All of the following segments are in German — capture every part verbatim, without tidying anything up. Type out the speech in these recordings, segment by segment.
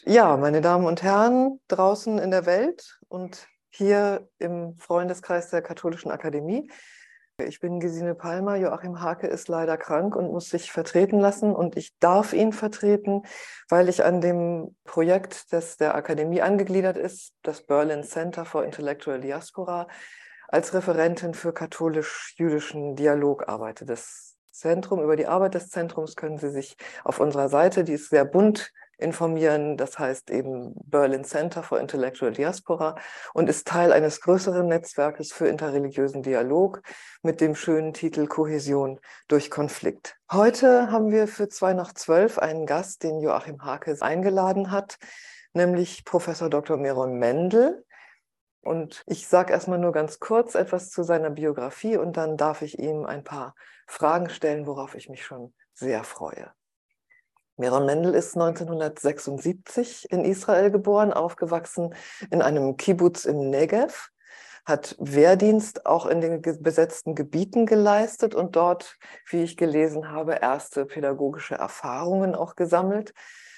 Ja, meine Damen und Herren, draußen in der Welt und hier im Freundeskreis der Katholischen Akademie. Ich bin Gesine Palmer. Joachim Hake ist leider krank und muss sich vertreten lassen. Und ich darf ihn vertreten, weil ich an dem Projekt, das der Akademie angegliedert ist, das Berlin Center for Intellectual Diaspora, als Referentin für katholisch-jüdischen Dialog arbeite. Das Zentrum, über die Arbeit des Zentrums können Sie sich auf unserer Seite, die ist sehr bunt, informieren. Das heißt eben Berlin Center for Intellectual Diaspora und ist Teil eines größeren Netzwerkes für interreligiösen Dialog mit dem schönen Titel Kohäsion durch Konflikt. Heute haben wir für zwei nach zwölf einen Gast, den Joachim Hake eingeladen hat, nämlich Professor Doktor Meron Mendel. Und ich sage erstmal nur ganz kurz etwas zu seiner Biografie und dann darf ich ihm ein paar Fragen stellen, worauf ich mich schon sehr freue. Meron Mendel ist neunzehnhundertsechsundsiebzig in Israel geboren, aufgewachsen in einem Kibbuz im Negev, hat Wehrdienst auch in den besetzten Gebieten geleistet und dort, wie ich gelesen habe, erste pädagogische Erfahrungen auch gesammelt,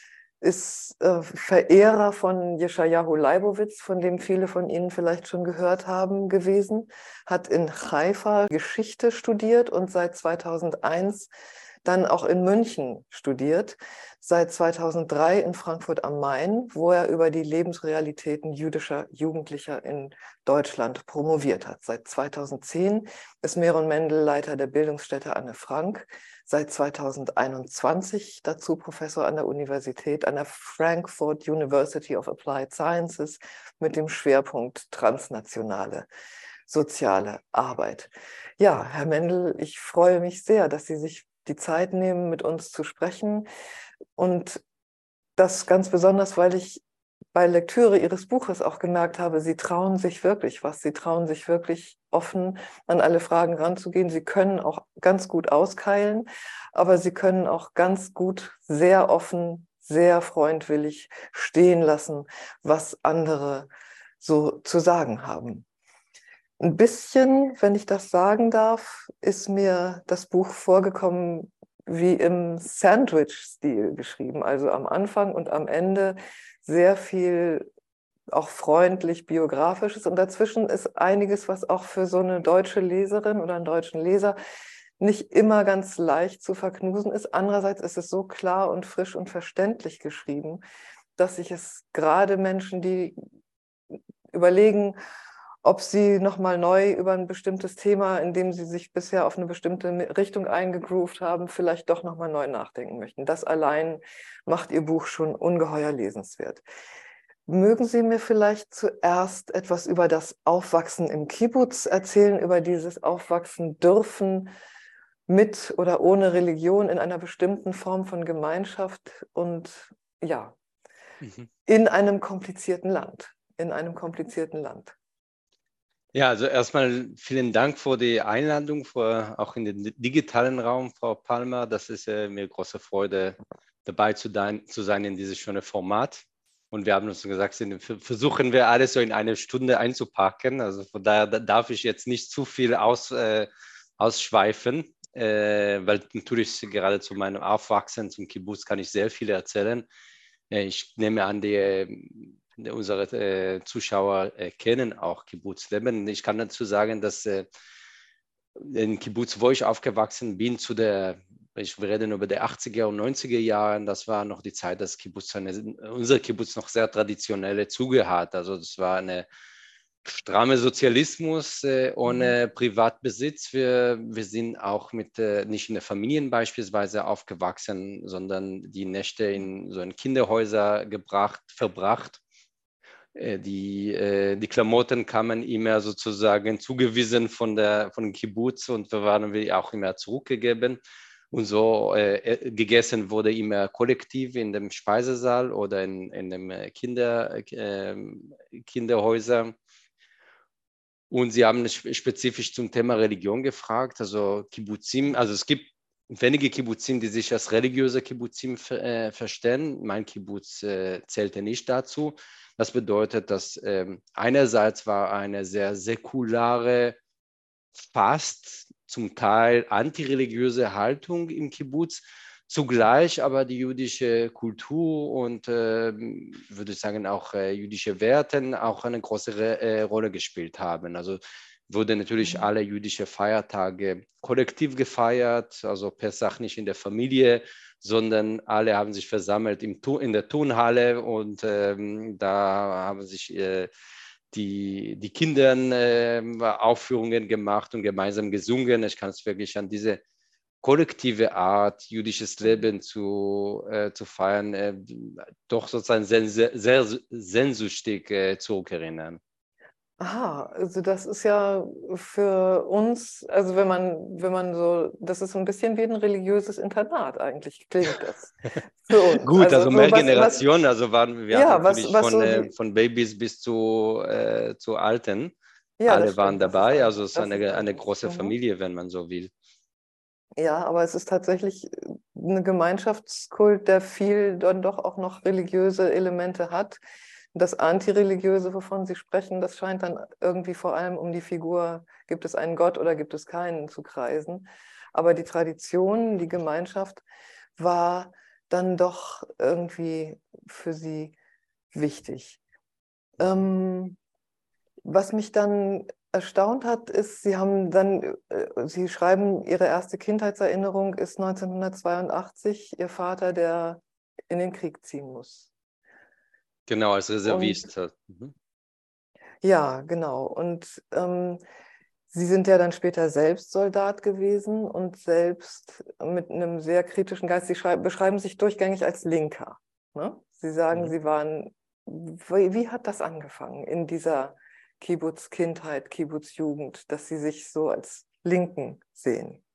ist äh, Verehrer von Jeschajahu Leibowitz, von dem viele von Ihnen vielleicht schon gehört haben, gewesen, hat in Haifa Geschichte studiert und seit zweitausendeins dann auch in München studiert, seit zweitausenddrei in Frankfurt am Main, wo er über die Lebensrealitäten jüdischer Jugendlicher in Deutschland promoviert hat. Seit zweitausendzehn ist Meron Mendel Leiter der Bildungsstätte Anne Frank, seit zweitausendeinundzwanzig dazu Professor an der Universität, an der Frankfurt University of Applied Sciences mit dem Schwerpunkt transnationale soziale Arbeit. Ja, Herr Mendel, ich freue mich sehr, dass Sie sich die Zeit nehmen, mit uns zu sprechen. Und das ganz besonders, weil ich bei Lektüre Ihres Buches auch gemerkt habe, Sie trauen sich wirklich was. Sie trauen sich wirklich offen an alle Fragen ranzugehen. Sie können auch ganz gut auskeilen, aber Sie können auch ganz gut, sehr offen, sehr freundwillig stehen lassen, was andere so zu sagen haben. Ein bisschen, wenn ich das sagen darf, ist mir das Buch vorgekommen wie im Sandwich-Stil geschrieben. Also am Anfang und am Ende sehr viel auch freundlich biografisches. Und dazwischen ist einiges, was auch für so eine deutsche Leserin oder einen deutschen Leser nicht immer ganz leicht zu verknusen ist. Andererseits ist es so klar und frisch und verständlich geschrieben, dass ich es gerade Menschen, die überlegen, ob sie nochmal neu über ein bestimmtes Thema, in dem sie sich bisher auf eine bestimmte Richtung eingegroovt haben, vielleicht doch nochmal neu nachdenken möchten. Das allein macht Ihr Buch schon ungeheuer lesenswert. Mögen Sie mir vielleicht zuerst etwas über das Aufwachsen im Kibbuz erzählen, über dieses Aufwachsen dürfen mit oder ohne Religion in einer bestimmten Form von Gemeinschaft und ja, Mhm. in einem komplizierten Land, in einem komplizierten Land. Ja, also erstmal vielen Dank für die Einladung, für, auch in den digitalen Raum, Frau Palmer. Das ist äh, mir große Freude, dabei zu, dein, zu sein in dieses schöne Format. Und wir haben uns gesagt, versuchen wir alles so in eine Stunde einzupacken. Also von daher darf ich jetzt nicht zu viel aus, äh, ausschweifen, äh, weil natürlich gerade zu meinem Aufwachsen zum Kibbuz kann ich sehr viel erzählen. Äh, ich nehme an, die unsere äh, Zuschauer äh, kennen auch Kibbuz-Leben. Ich kann dazu sagen, dass äh, in Kibbuz, wo ich aufgewachsen bin, zu der, ich wir reden über die achtziger und neunziger Jahren, das war noch die Zeit, dass Kibbuz eine, unser Kibbuz noch sehr traditionelle Züge hat. Also das war eine stramme Sozialismus äh, ohne Privatbesitz. Wir, wir sind auch mit, äh, nicht in der Familien beispielsweise aufgewachsen, sondern die Nächte in so ein Kinderhäuser gebracht, verbracht. Die, äh, die Klamotten kamen immer sozusagen zugewiesen von der von Kibbuz und wir waren wir auch immer zurückgegeben. Und so äh, gegessen wurde immer kollektiv in dem Speisesaal oder in, in dem Kinder, äh, Kinderhäuser. Und Sie haben spezifisch zum Thema Religion gefragt. Also Kibbuzim, also es gibt wenige Kibbuzim, die sich als religiöse Kibbuzim äh, verstehen. Mein Kibbuz äh, zählte nicht dazu. Das bedeutet, dass ähm, einerseits war eine sehr säkulare, fast zum Teil antireligiöse Haltung im Kibbuz. zugleich aber die jüdische Kultur und, äh, würde ich sagen, auch äh, jüdische Werte auch eine größere äh, Rolle gespielt haben. Also wurden natürlich alle jüdische Feiertage kollektiv gefeiert, also Pessach nicht in der Familie, sondern alle haben sich versammelt im, in der Turnhalle und ähm, da haben sich äh, die, die Kinder äh, Aufführungen gemacht und gemeinsam gesungen. Ich kann es wirklich an diese kollektive Art, jüdisches Leben zu, äh, zu feiern, äh, doch sozusagen sehr, sehr, sehr sehnsüchtig äh, zurückerinnern. Aha, also das ist ja für uns, also wenn man, wenn man so, das ist so ein bisschen wie ein religiöses Internat eigentlich, klingt das für uns. Gut, Also also so mehr was, was, Generationen, also waren wir hatten ja, was, natürlich was von, so äh, die, von Babys bis zu, äh, zu Alten. ja, das Alle waren stimmt, das ist dabei, also anders, es ist das ist eine, eine anders. große Mhm. Familie, wenn man so will. Ja, aber es ist tatsächlich ein Gemeinschaftskult, der viel dann doch auch noch religiöse Elemente hat. Das Antireligiöse, wovon Sie sprechen, das scheint dann irgendwie vor allem um die Figur, gibt es einen Gott oder gibt es keinen, zu kreisen. Aber die Tradition, die Gemeinschaft war dann doch irgendwie für Sie wichtig. Ähm, was mich dann erstaunt hat, ist, Sie haben dann, äh, Sie schreiben, Ihre erste Kindheitserinnerung ist neunzehnhundertzweiundachtzig, Ihr Vater, der in den Krieg ziehen muss. Genau, als Und Reservist. Mhm. ja, genau. Und ähm, Sie sind ja dann später selbst Soldat gewesen und selbst mit einem sehr kritischen Geist. Sie schreib, beschreiben sich durchgängig als Linker. Ne? Sie sagen, Mhm. Sie waren, wie, wie hat das angefangen in dieser Kibbutz-Kindheit, Kibbutz-Jugend, dass Sie sich so als Linken sehen?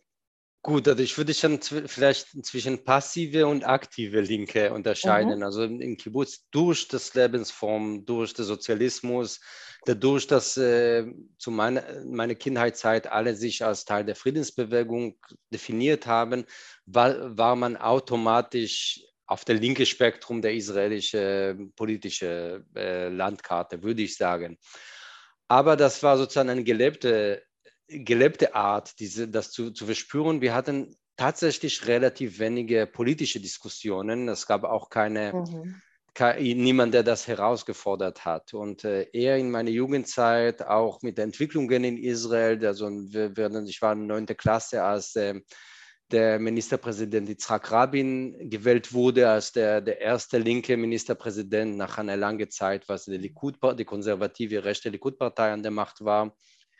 Gut, also ich würde schon zw- vielleicht zwischen passive und aktive Linke unterscheiden. Mhm. Also im im Kibbutz durch das Lebensform, durch den Sozialismus, dadurch, dass äh, zu meiner meine Kindheitszeit alle sich als Teil der Friedensbewegung definiert haben, war, war man automatisch auf der linken Spektrum der israelischen politische äh, Landkarte, würde ich sagen. Aber das war sozusagen eine gelebte gelebte Art, diese, das zu, zu verspüren. Wir hatten tatsächlich relativ wenige politische Diskussionen. Es gab auch keine, Mhm. kein, niemand, der das herausgefordert hat. Und äh, eher in meiner Jugendzeit, auch mit den Entwicklungen in Israel, also wir, wir, ich war in neunte Klasse, als äh, der Ministerpräsident Yitzhak Rabin gewählt wurde, als der, der erste linke Ministerpräsident nach einer langen Zeit, was die Likud, die konservative rechte Likud-Partei an der Macht war.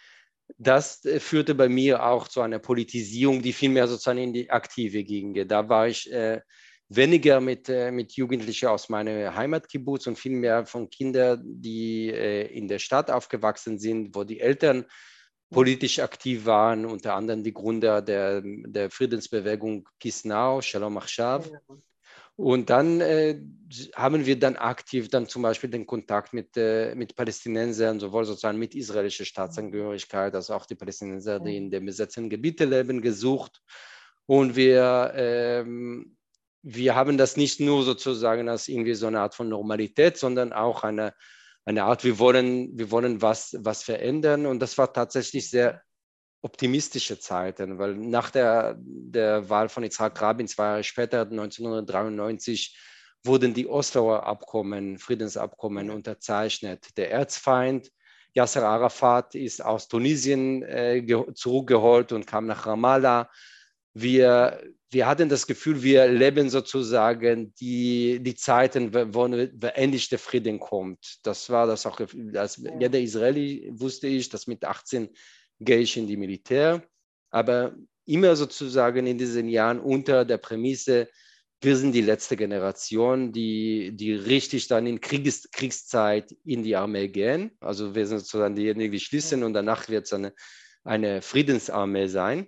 Das äh, führte bei mir auch zu einer Politisierung, die viel mehr sozusagen in die Aktive ging. Da war ich äh, weniger mit, äh, mit Jugendlichen aus meiner Heimatkibbutz und viel mehr von Kindern, die äh, in der Stadt aufgewachsen sind, wo die Eltern politisch aktiv waren, unter anderem die Gründer der, der Friedensbewegung Kisnau, Shalom Achshav. Ja. Und dann äh, haben wir dann aktiv dann zum Beispiel den Kontakt mit, äh, mit Palästinensern, sowohl sozusagen mit israelischer Staatsangehörigkeit, als auch die Palästinenser, die in Mhm. den besetzten Gebieten leben, gesucht. Und wir, ähm, wir haben das nicht nur sozusagen als irgendwie so eine Art von Normalität, sondern auch eine, eine Art, wir wollen, wir wollen was, was verändern. Und das war tatsächlich sehr optimistische Zeiten, weil nach der, der Wahl von Yitzhak Rabin, zwei Jahre später, neunzehnhundertdreiundneunzig, wurden die Osloer Abkommen, Friedensabkommen Ja. unterzeichnet. Der Erzfeind Yasser Arafat ist aus Tunesien äh, zurückgeholt und kam nach Ramallah. Wir, wir hatten das Gefühl, wir leben sozusagen die, die Zeiten, wo, wo endlich der Frieden kommt. Das war das auch, als Ja. jeder Israeli wusste ich, dass mit achtzehn gehe ich in die Militär, aber immer sozusagen in diesen Jahren unter der Prämisse, wir sind die letzte Generation, die, die richtig dann in Kriegs, Kriegszeit in die Armee gehen. Also wir sind sozusagen diejenigen, die schließen und danach wird es eine, eine Friedensarmee sein.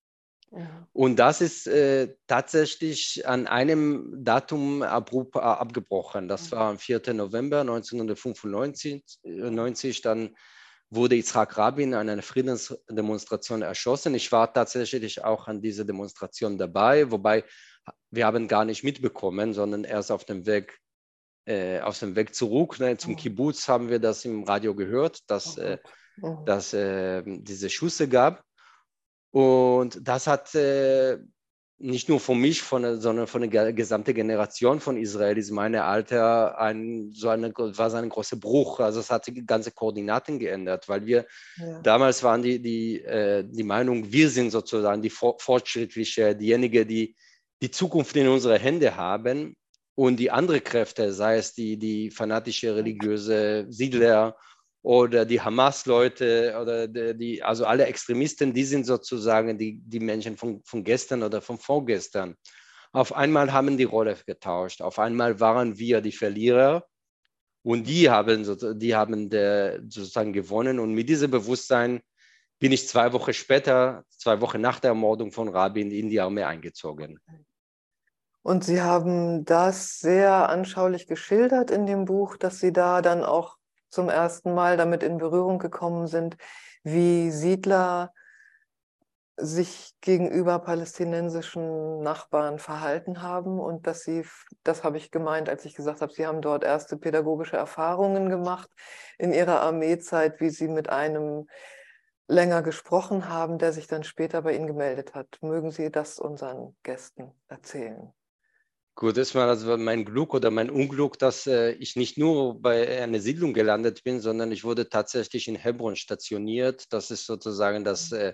Ja. Und das ist äh, tatsächlich an einem Datum abrupt, äh, abgebrochen. Das war am vierten November neunzehnhundertfünfundneunzig. Äh, neunzig, dann wurde Yitzhak Rabin an einer Friedensdemonstration erschossen. Ich war tatsächlich auch an dieser Demonstration dabei, wobei wir haben gar nicht mitbekommen, sondern erst auf dem Weg, äh, auf dem Weg zurück ne, zum Mhm. Kibbutz haben wir das im Radio gehört, Oh dass, äh, Gott. Mhm. dass äh, diese Schüsse gab. Und das hat äh, nicht nur von mich, von, sondern von der gesamten Generation von Israelis, meine Alter, ein, so eine, war so ein großer Bruch. Also es hat die ganze Koordinaten geändert, weil wir Ja. damals waren die, die, äh, die Meinung, wir sind sozusagen die Fortschrittliche, diejenigen, die die Zukunft in unsere Hände haben und die andere Kräfte, sei es die, die fanatische religiöse Siedler oder die Hamas-Leute oder die, die, also alle Extremisten, die sind sozusagen die, die Menschen von, von gestern oder von vorgestern. Auf einmal haben die Rolle getauscht. Auf einmal waren wir die Verlierer und die haben, die haben der, sozusagen gewonnen. Und mit diesem Bewusstsein bin ich zwei Wochen später, zwei Wochen nach der Ermordung von Rabin, in die Armee eingezogen. Und Sie haben das sehr anschaulich geschildert in dem Buch, dass Sie da dann auch zum ersten Mal damit in Berührung gekommen sind, wie Siedler sich gegenüber palästinensischen Nachbarn verhalten haben und dass Sie, das habe ich gemeint, als ich gesagt habe, Sie haben dort erste pädagogische Erfahrungen gemacht in Ihrer Armeezeit, wie Sie mit einem länger gesprochen haben, der sich dann später bei Ihnen gemeldet hat. Mögen Sie das unseren Gästen erzählen? Gut, das war also mein Glück oder mein Unglück, dass äh, ich nicht nur bei einer Siedlung gelandet bin, sondern ich wurde tatsächlich in Hebron stationiert. Das ist sozusagen das, äh,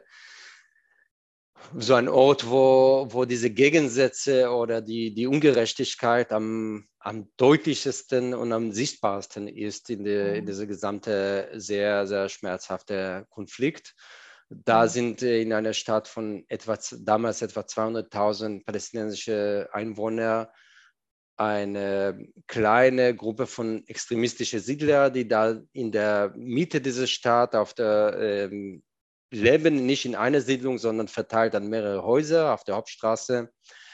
so ein Ort, wo, wo diese Gegensätze oder die, die Ungerechtigkeit am, am deutlichsten und am sichtbarsten ist in, der, in dieser gesamte sehr, sehr schmerzhafte Konflikt. Da sind äh, in einer Stadt von etwa, damals etwa zweihunderttausend palästinensische Einwohner eine kleine Gruppe von extremistischen Siedlern, die da in der Mitte dieser Stadt auf der ähm, leben, nicht in einer Siedlung, sondern verteilt an mehrere Häuser auf der Hauptstraße.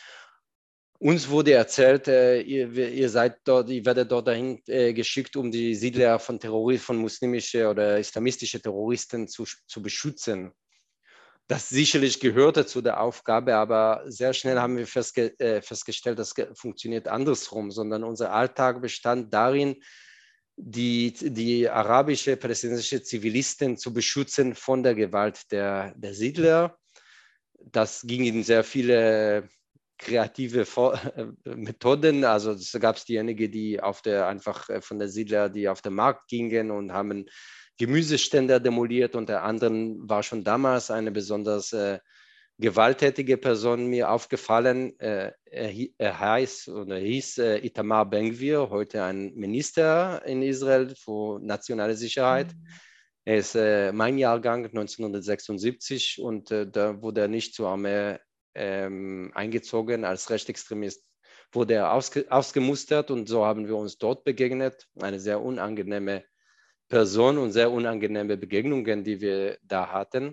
Uns wurde erzählt, äh, ihr, ihr seid dort, ihr werdet dort dahin äh, geschickt, um die Siedler von Terroristen, von muslimischen oder islamistischen Terroristen zu, zu beschützen. Das sicherlich gehörte zu der Aufgabe, aber sehr schnell haben wir festge äh, festgestellt, das funktioniert andersrum, sondern unser Alltag bestand darin, die, die arabische, palästinensische Zivilisten zu beschützen von der Gewalt der, der Siedler. Das ging in sehr viele kreative Vor Methoden. Also es gab diejenigen, die auf der einfach von der Siedler, die auf den Markt gingen und haben Gemüsestände demoliert. Und der anderen war schon damals eine besonders äh, gewalttätige Person mir aufgefallen. Äh, er, er heißt oder hieß äh, Itamar Ben-Gvir, heute ein Minister in Israel für nationale Sicherheit. Mhm. Er ist äh, mein Jahrgang neunzehnhundertsechsundsiebzig und äh, da wurde er nicht zur Armee ähm, eingezogen. Als Rechtsextremist wurde er ausge ausgemustert und so haben wir uns dort begegnet. Eine sehr unangenehme Person und sehr unangenehme Begegnungen, die wir da hatten.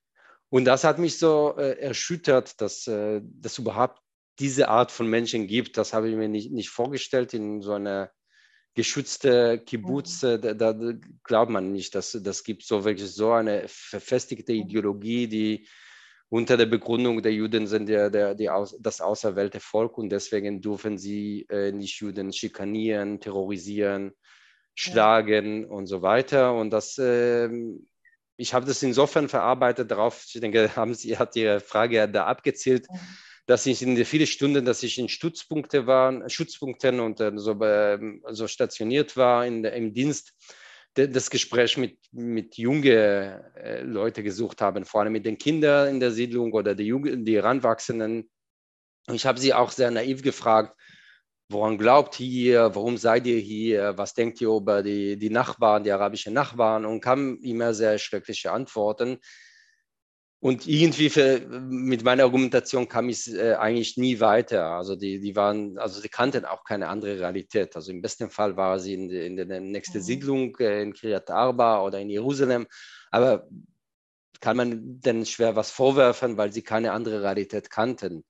Und das hat mich so äh, erschüttert, dass es äh, überhaupt diese Art von Menschen gibt. Das habe ich mir nicht, nicht vorgestellt in so einer geschützte Kibbutz. Äh, da, da glaubt man nicht, dass das gibt so wirklich so eine verfestigte Ideologie, die unter der Begründung der Juden sind der, der, die aus, das auserwählte Volk und deswegen dürfen sie äh, nicht Juden schikanieren, terrorisieren, Ja. schlagen und so weiter. Und das äh, ich habe das insofern verarbeitet darauf, ich denke, haben Sie, hat Ihre Frage ja da abgezielt, dass ich in den vielen Stunden, dass ich in Stützpunkte war, Schutzpunkten und äh, so, äh, so stationiert war in, im Dienst, de, das Gespräch mit, mit jungen äh, Leuten gesucht haben, vor allem mit den Kindern in der Siedlung oder die, Jugend, die Heranwachsenden. Und ich habe sie auch sehr naiv gefragt, woran glaubt ihr, warum seid ihr hier, was denkt ihr über die, die Nachbarn, die arabischen Nachbarn und kamen immer sehr schreckliche Antworten. Und irgendwie für, mit meiner Argumentation kam ich äh, eigentlich nie weiter. Also die, die waren, also sie kannten auch keine andere Realität. Also im besten Fall war sie in, in der nächsten Siedlung äh, in Kiryat Arba oder in Jerusalem. Aber kann man denn schwer was vorwerfen, weil sie keine andere Realität kannten.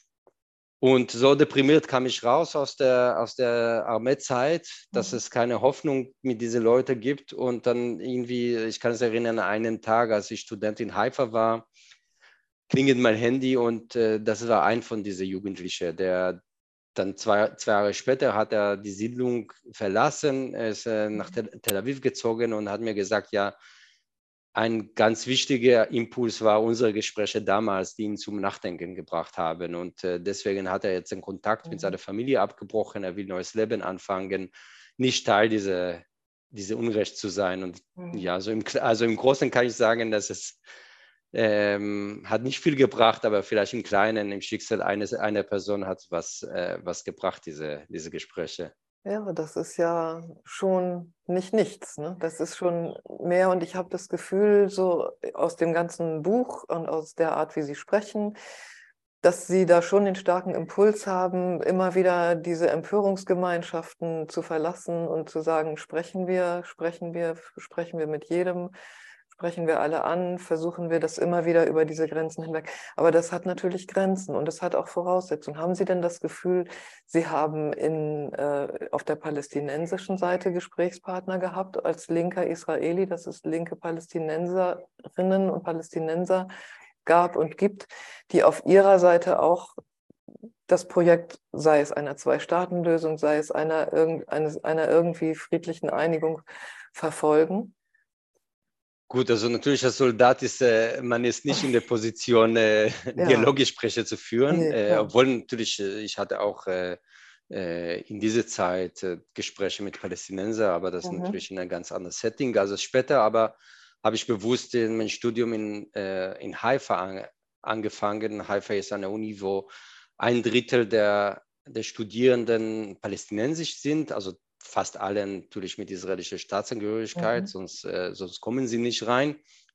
Und so deprimiert kam ich raus aus der, aus der Armeezeit, dass es keine Hoffnung mit diesen Leuten gibt. Und dann irgendwie, ich kann es erinnern, einen Tag, als ich Student in Haifa war, klingelt mein Handy und äh, das war ein von diesen Jugendlichen, der dann zwei, zwei Jahre später hat er die Siedlung verlassen, er ist äh, nach Tel, Tel Aviv gezogen und hat mir gesagt, ja, ein ganz wichtiger Impuls war unsere Gespräche damals, die ihn zum Nachdenken gebracht haben. Und äh, deswegen hat er jetzt den Kontakt mhm. mit seiner Familie abgebrochen. Er will ein neues Leben anfangen, nicht Teil dieser, dieser Unrecht zu sein. Und mhm. ja, so im, also im Großen kann ich sagen, dass es ähm, hat nicht viel gebracht, aber vielleicht im Kleinen, im Schicksal eines, einer Person hat was, äh, was gebracht, diese, diese Gespräche. Ja, das ist ja schon nicht nichts, ne? Das ist schon mehr und ich habe das Gefühl, so aus dem ganzen Buch und aus der Art, wie Sie sprechen, dass Sie da schon den starken Impuls haben, immer wieder diese Empörungsgemeinschaften zu verlassen und zu sagen, sprechen wir, sprechen wir, sprechen wir mit jedem, sprechen wir alle an, versuchen wir das immer wieder über diese Grenzen hinweg. Aber das hat natürlich Grenzen und es hat auch Voraussetzungen. Haben Sie denn das Gefühl, Sie haben in, äh, auf der palästinensischen Seite Gesprächspartner gehabt als linker Israeli, dass es linke Palästinenserinnen und Palästinenser gab und gibt, die auf ihrer Seite auch das Projekt, sei es einer Zwei-Staaten-Lösung, sei es einer, irgend, eines, einer irgendwie friedlichen Einigung, verfolgen? Gut, also natürlich als Soldat ist äh, man ist nicht in der Position, äh, Ja. Dialoggespräche zu führen, Nee, äh, ja. obwohl natürlich, äh, ich hatte auch äh, äh, in dieser Zeit äh, Gespräche mit Palästinensern, aber das ist Mhm. natürlich in einem ganz anderen Setting. Also später aber habe ich bewusst in mein Studium in, äh, in Haifa an, angefangen. Haifa ist eine Uni, wo ein Drittel der, der Studierenden palästinensisch sind, also fast alle natürlich mit israelischer Staatsangehörigkeit, Mhm. sonst, äh, sonst kommen sie nicht rein.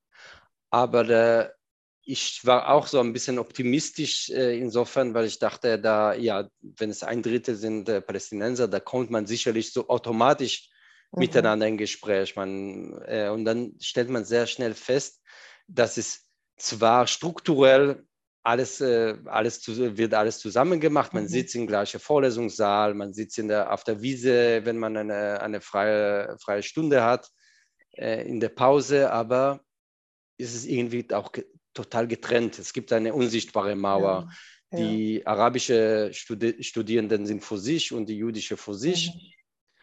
Aber der, ich war auch so ein bisschen optimistisch äh, insofern, weil ich dachte, da, ja, wenn es ein Drittel sind äh, Palästinenser, da kommt man sicherlich so automatisch mhm. miteinander in Gespräch. Man, äh, und dann stellt man sehr schnell fest, dass es zwar strukturell alles, äh, alles zu, wird alles zusammen gemacht. Man mhm. sitzt im gleichen Vorlesungssaal, man sitzt in der, auf der Wiese, wenn man eine, eine freie, freie Stunde hat, äh, in der Pause, aber ist es irgendwie auch ge total getrennt. Es gibt eine unsichtbare Mauer. Ja, ja. Die arabische Studi Studierenden sind für sich und die jüdische für sich. Mhm.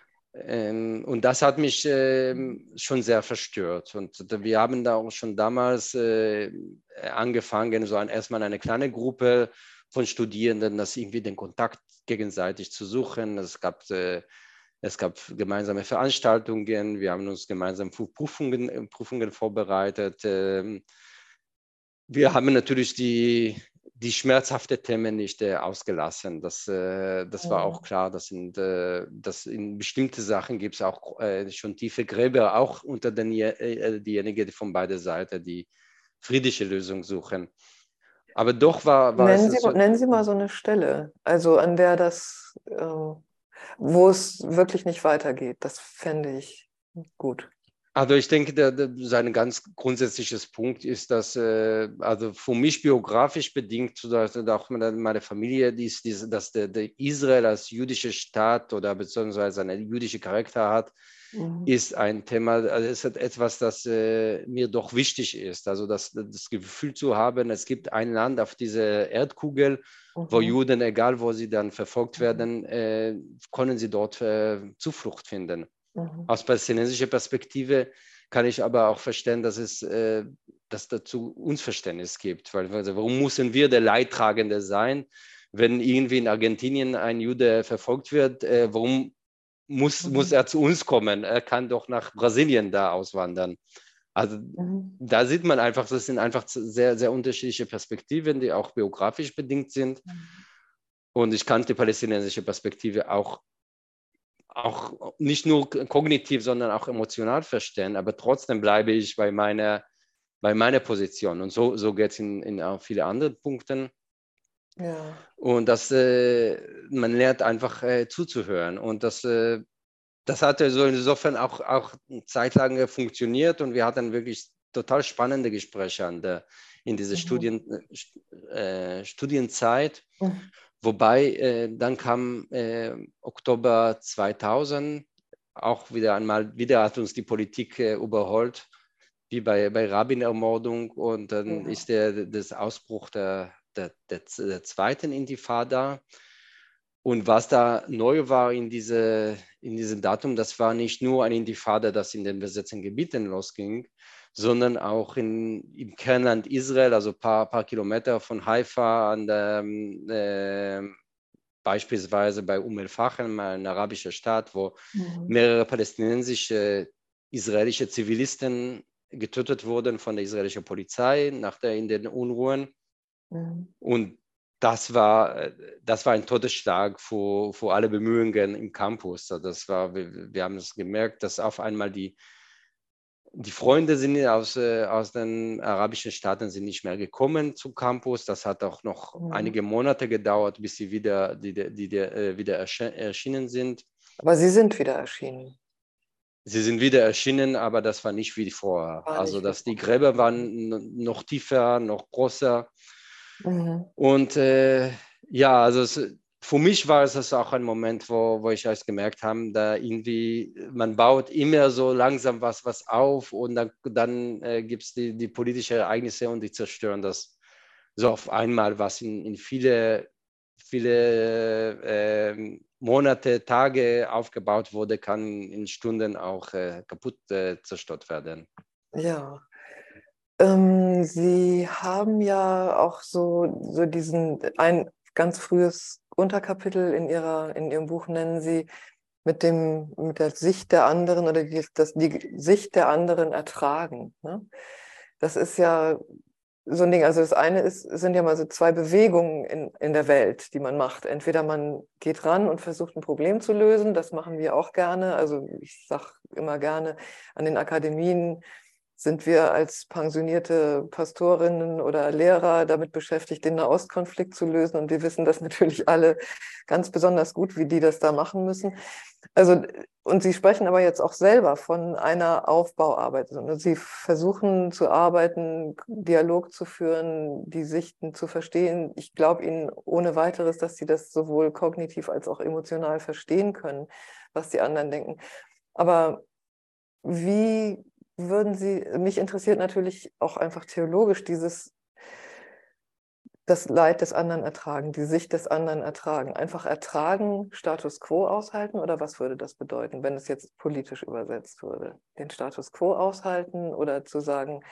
Ähm, und das hat mich äh, schon sehr verstört. Und wir haben da auch schon damals äh, angefangen, so ein, erstmal eine kleine Gruppe von Studierenden, das irgendwie den Kontakt gegenseitig zu suchen. Es gab, äh, es gab gemeinsame Veranstaltungen, wir haben uns gemeinsam für Prüfungen, Prüfungen vorbereitet. Ähm, wir haben natürlich die, die schmerzhaften Themen nicht äh, ausgelassen. Das, äh, das war auch klar. Das sind, äh, das in bestimmte Sachen gibt es auch äh, schon tiefe Gräber, auch unter den, äh, diejenigen, die von beiden Seiten die friedliche Lösung suchen. Aber doch war, war nennen es... Sie, So, nennen Sie mal so eine Stelle, also an der das, äh, wo es wirklich nicht weitergeht. Das fände ich gut. Also ich denke, der, der, sein ganz grundsätzliches Punkt ist, dass, äh, also für mich biografisch bedingt, dass auch meine, meine Familie, die ist, die, dass der, der Israel als jüdischer Staat oder beziehungsweise einen jüdischen Charakter hat, mhm. ist ein Thema, also es ist etwas, das äh, mir doch wichtig ist. Also das, das Gefühl zu haben, es gibt ein Land auf dieser Erdkugel, mhm. wo Juden, egal wo sie dann verfolgt werden, äh, können sie dort äh, Zuflucht finden. Mhm. Aus palästinensischer Perspektive kann ich aber auch verstehen, dass es äh, dass dazu Unverständnis gibt. Weil, also, warum müssen wir der Leidtragende sein, wenn irgendwie in Argentinien ein Jude verfolgt wird? Äh, warum muss, mhm. muss er zu uns kommen? Er kann doch nach Brasilien da auswandern. Also mhm. da sieht man einfach, das sind einfach sehr, sehr unterschiedliche Perspektiven, die auch biografisch bedingt sind. Mhm. Und ich kann die palästinensische Perspektive auch auch nicht nur kognitiv, sondern auch emotional verstehen, aber trotzdem bleibe ich bei meiner, bei meiner Position. Und so, so geht es in, in auch viele andere Punkten. Ja. Und das, äh, man lernt einfach äh, zuzuhören. Und das, äh, das hat so insofern auch, auch eine Zeit lang funktioniert und wir hatten wirklich total spannende Gespräche an der, in dieser mhm. Studien, äh, Studienzeit. Mhm. Wobei äh, dann kam äh, Oktober zweitausend, auch wieder einmal, wieder hat uns die Politik äh, überholt, wie bei, bei Rabin-Ermordung. Und dann ja. ist der das Ausbruch der, der, der, der zweiten Intifada. Und was da neu war in, diese, in diesem Datum, das war nicht nur eine Intifada, das in den besetzten Gebieten losging, sondern auch in, im Kernland Israel, also ein paar, paar Kilometer von Haifa, an der, äh, beispielsweise bei Umm el-Fachem, eine arabische Stadt, wo Mhm. mehrere palästinensische, israelische Zivilisten getötet wurden von der israelischen Polizei nach der, in den Unruhen. Mhm. Und das war, das war ein Todesschlag für, für alle Bemühungen im Campus. Das war, wir, wir haben es gemerkt, dass auf einmal die, die Freunde sind aus, äh, aus den arabischen Staaten sind nicht mehr gekommen zum Campus. Das hat auch noch Mhm. einige Monate gedauert, bis sie wieder, die, die, die, äh, wieder ersche erschienen sind. Aber sie sind wieder erschienen. Sie sind wieder erschienen, aber das war nicht wie vorher. War Also nicht wie dass die vorher. Gräber waren noch tiefer, noch größer. Mhm. Und äh, ja, also es, für mich war es das auch ein Moment, wo, wo ich erst gemerkt habe, da irgendwie, man baut immer so langsam was, was auf und dann, dann äh, gibt es die, die politischen Ereignisse und die zerstören das so auf einmal, was in, in viele, viele äh, Monate, Tage aufgebaut wurde, kann in Stunden auch äh, kaputt äh, zerstört werden. Ja. Ähm, Sie haben ja auch so, so diesen, ein ganz frühes Unterkapitel in Ihrer, in Ihrem Buch nennen Sie mit dem, mit der Sicht der anderen oder die, das, die Sicht der anderen ertragen. Ne? Das ist ja so ein Ding. Also das eine ist, sind ja mal so zwei Bewegungen in, in der Welt, die man macht. Entweder man geht ran und versucht ein Problem zu lösen, das machen wir auch gerne. Also ich sage immer gerne an den Akademien, sind wir als pensionierte Pastorinnen oder Lehrer damit beschäftigt, den Nahostkonflikt zu lösen. Und wir wissen das natürlich alle ganz besonders gut, wie die das da machen müssen. Also, und Sie sprechen aber jetzt auch selber von einer Aufbauarbeit. Und Sie versuchen zu arbeiten, Dialog zu führen, die Sichten zu verstehen. Ich glaube Ihnen ohne weiteres, dass Sie das sowohl kognitiv als auch emotional verstehen können, was die anderen denken. Aber wie würden Sie, mich interessiert natürlich auch einfach theologisch dieses, das Leid des anderen ertragen, die Sicht des anderen ertragen. Einfach ertragen, Status quo aushalten oder was würde das bedeuten, wenn es jetzt politisch übersetzt würde? Den Status quo aushalten oder zu sagen,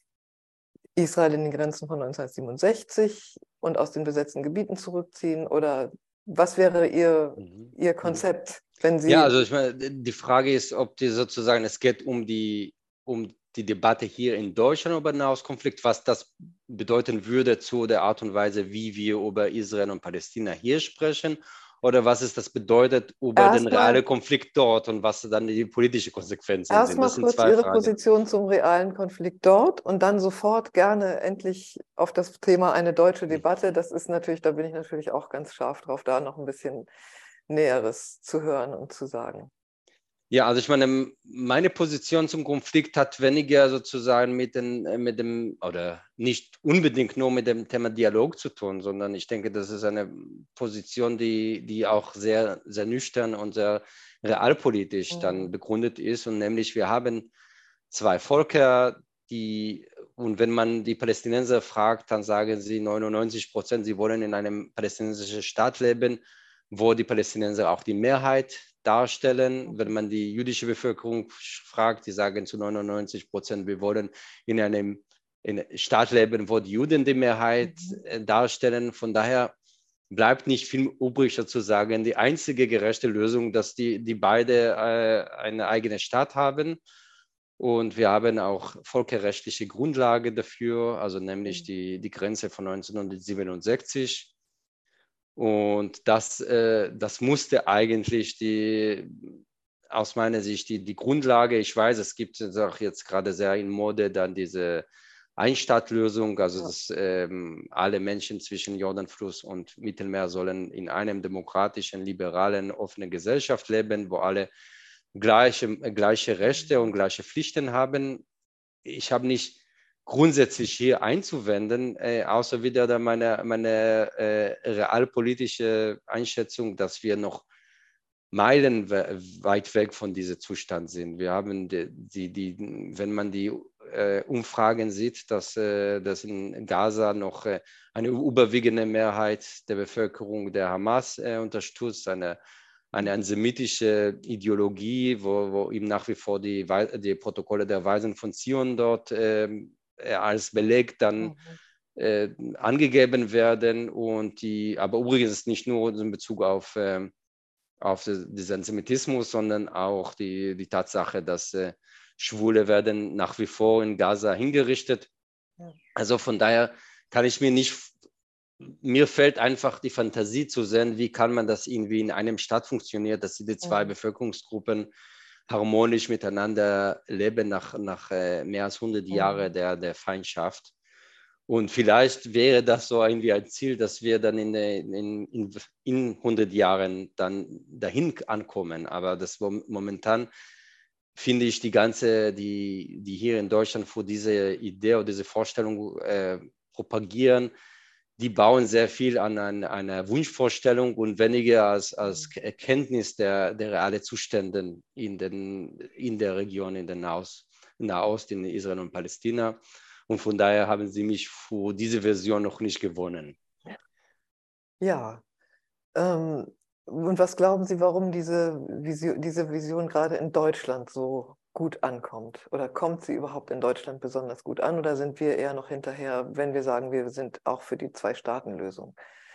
Israel in den Grenzen von neunzehnhundertsiebenundsechzig und aus den besetzten Gebieten zurückziehen oder was wäre Ihr, Mhm. Ihr Mhm. Konzept, wenn Ja, Sie... also ich meine, die Frage ist, ob die sozusagen, es geht um die, um die Debatte hier in Deutschland über den Nahostkonflikt, was das bedeuten würde zu der Art und Weise, wie wir über Israel und Palästina hier sprechen, oder was es das bedeutet über den realen Erstmal Konflikt dort und was dann die politischen Konsequenzen sind. Erstmal Das sind kurz zwei Ihre Fragen. Position zum realen Konflikt dort und dann sofort gerne endlich auf das Thema eine deutsche Debatte. Das ist natürlich, da bin ich natürlich auch ganz scharf drauf, da noch ein bisschen Näheres zu hören und zu sagen. Ja, also ich meine, meine Position zum Konflikt hat weniger sozusagen mit, den, mit dem, oder nicht unbedingt nur mit dem Thema Dialog zu tun, sondern ich denke, das ist eine Position, die, die auch sehr, sehr nüchtern und sehr realpolitisch dann Mhm. begründet ist. Und nämlich, wir haben zwei Völker, die, und wenn man die Palästinenser fragt, dann sagen sie neunundneunzig Prozent, sie wollen in einem palästinensischen Staat leben, wo die Palästinenser auch die Mehrheit darstellen. Wenn man die jüdische Bevölkerung fragt, die sagen zu neunundneunzig Prozent, wir wollen in einem in Staat leben, wo die Juden die Mehrheit Mhm. äh, darstellen. Von daher bleibt nicht viel übrig zu sagen. Die einzige gerechte Lösung, dass die, die beide äh, eine eigene Stadt haben. Und wir haben auch völkerrechtliche Grundlage dafür, also nämlich die, die Grenze von neunzehnhundertsiebenundsechzig. Und das, äh, das musste eigentlich die, aus meiner Sicht die, die Grundlage, ich weiß, es gibt auch jetzt gerade sehr in Mode dann diese Einstaatlösung, also Ja. dass ähm, alle Menschen zwischen Jordanfluss und Mittelmeer sollen in einem demokratischen, liberalen, offenen Gesellschaft leben, wo alle gleiche, gleiche Rechte und gleiche Pflichten haben. Ich habe nicht grundsätzlich hier einzuwenden, äh, außer wieder da meine, meine äh, realpolitische Einschätzung, dass wir noch Meilen weit weg von diesem Zustand sind. Wir haben die, die, die wenn man die äh, Umfragen sieht, dass, äh, dass in Gaza noch äh, eine überwiegende Mehrheit der Bevölkerung der Hamas äh, unterstützt, eine, eine antisemitische Ideologie, wo, wo ihm nach wie vor die, die Protokolle der Weisen von Zion dort äh, als Beleg dann Mhm. äh, angegeben werden. Und die, aber übrigens nicht nur in Bezug auf, äh, auf diesen Antisemitismus, sondern auch die, die Tatsache, dass äh, Schwule werden nach wie vor in Gaza hingerichtet. Ja. Also von daher kann ich mir nicht, mir fällt einfach die Fantasie zu sehen, wie kann man das irgendwie in einem Staat funktionieren, dass die zwei Mhm. Bevölkerungsgruppen harmonisch miteinander leben nach, nach äh, mehr als hundert Jahren Mhm. der, der Feindschaft. Und vielleicht wäre das so irgendwie ein Ziel, dass wir dann in, in, in, in hundert Jahren dann dahin ankommen. Aber das momentan finde ich die ganze, die, die hier in Deutschland vor diese Idee oder diese Vorstellung äh, propagieren, die bauen sehr viel an, an einer Wunschvorstellung und weniger als, als Erkenntnis der, der realen Zustände in, den, in der Region, in den Nahost, Nahost, in Israel und Palästina. Und von daher haben sie mich für diese Version noch nicht gewonnen. Ja. Ähm, und was glauben Sie, warum diese Vision, diese Vision gerade in Deutschland so gut ankommt? Oder kommt sie überhaupt in Deutschland besonders gut an? Oder sind wir eher noch hinterher, wenn wir sagen, wir sind auch für die Zwei-Staaten-Lösung?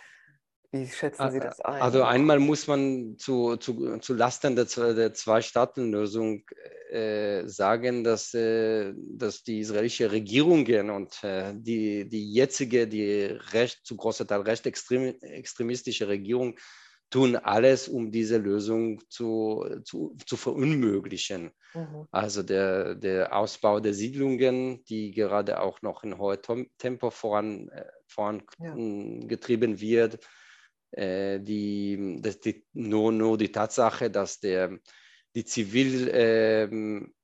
Wie schätzen Sie das ein? Also Oder einmal kommt muss man zu, zu, zu Lasten der, der Zwei-Staaten-Lösung äh, sagen, dass, äh, dass die israelische Regierungen und äh, die, die jetzige, die recht, zu großer Teil recht extrem, extremistische Regierung tun alles, um diese Lösung zu, zu, zu verunmöglichen. Mhm. Also der, der Ausbau der Siedlungen, die gerade auch noch in hohem Tempo voran, äh, Ja. vorangetrieben wird, äh, die, das, die, nur, nur die Tatsache, dass der, die Zivil, ähm,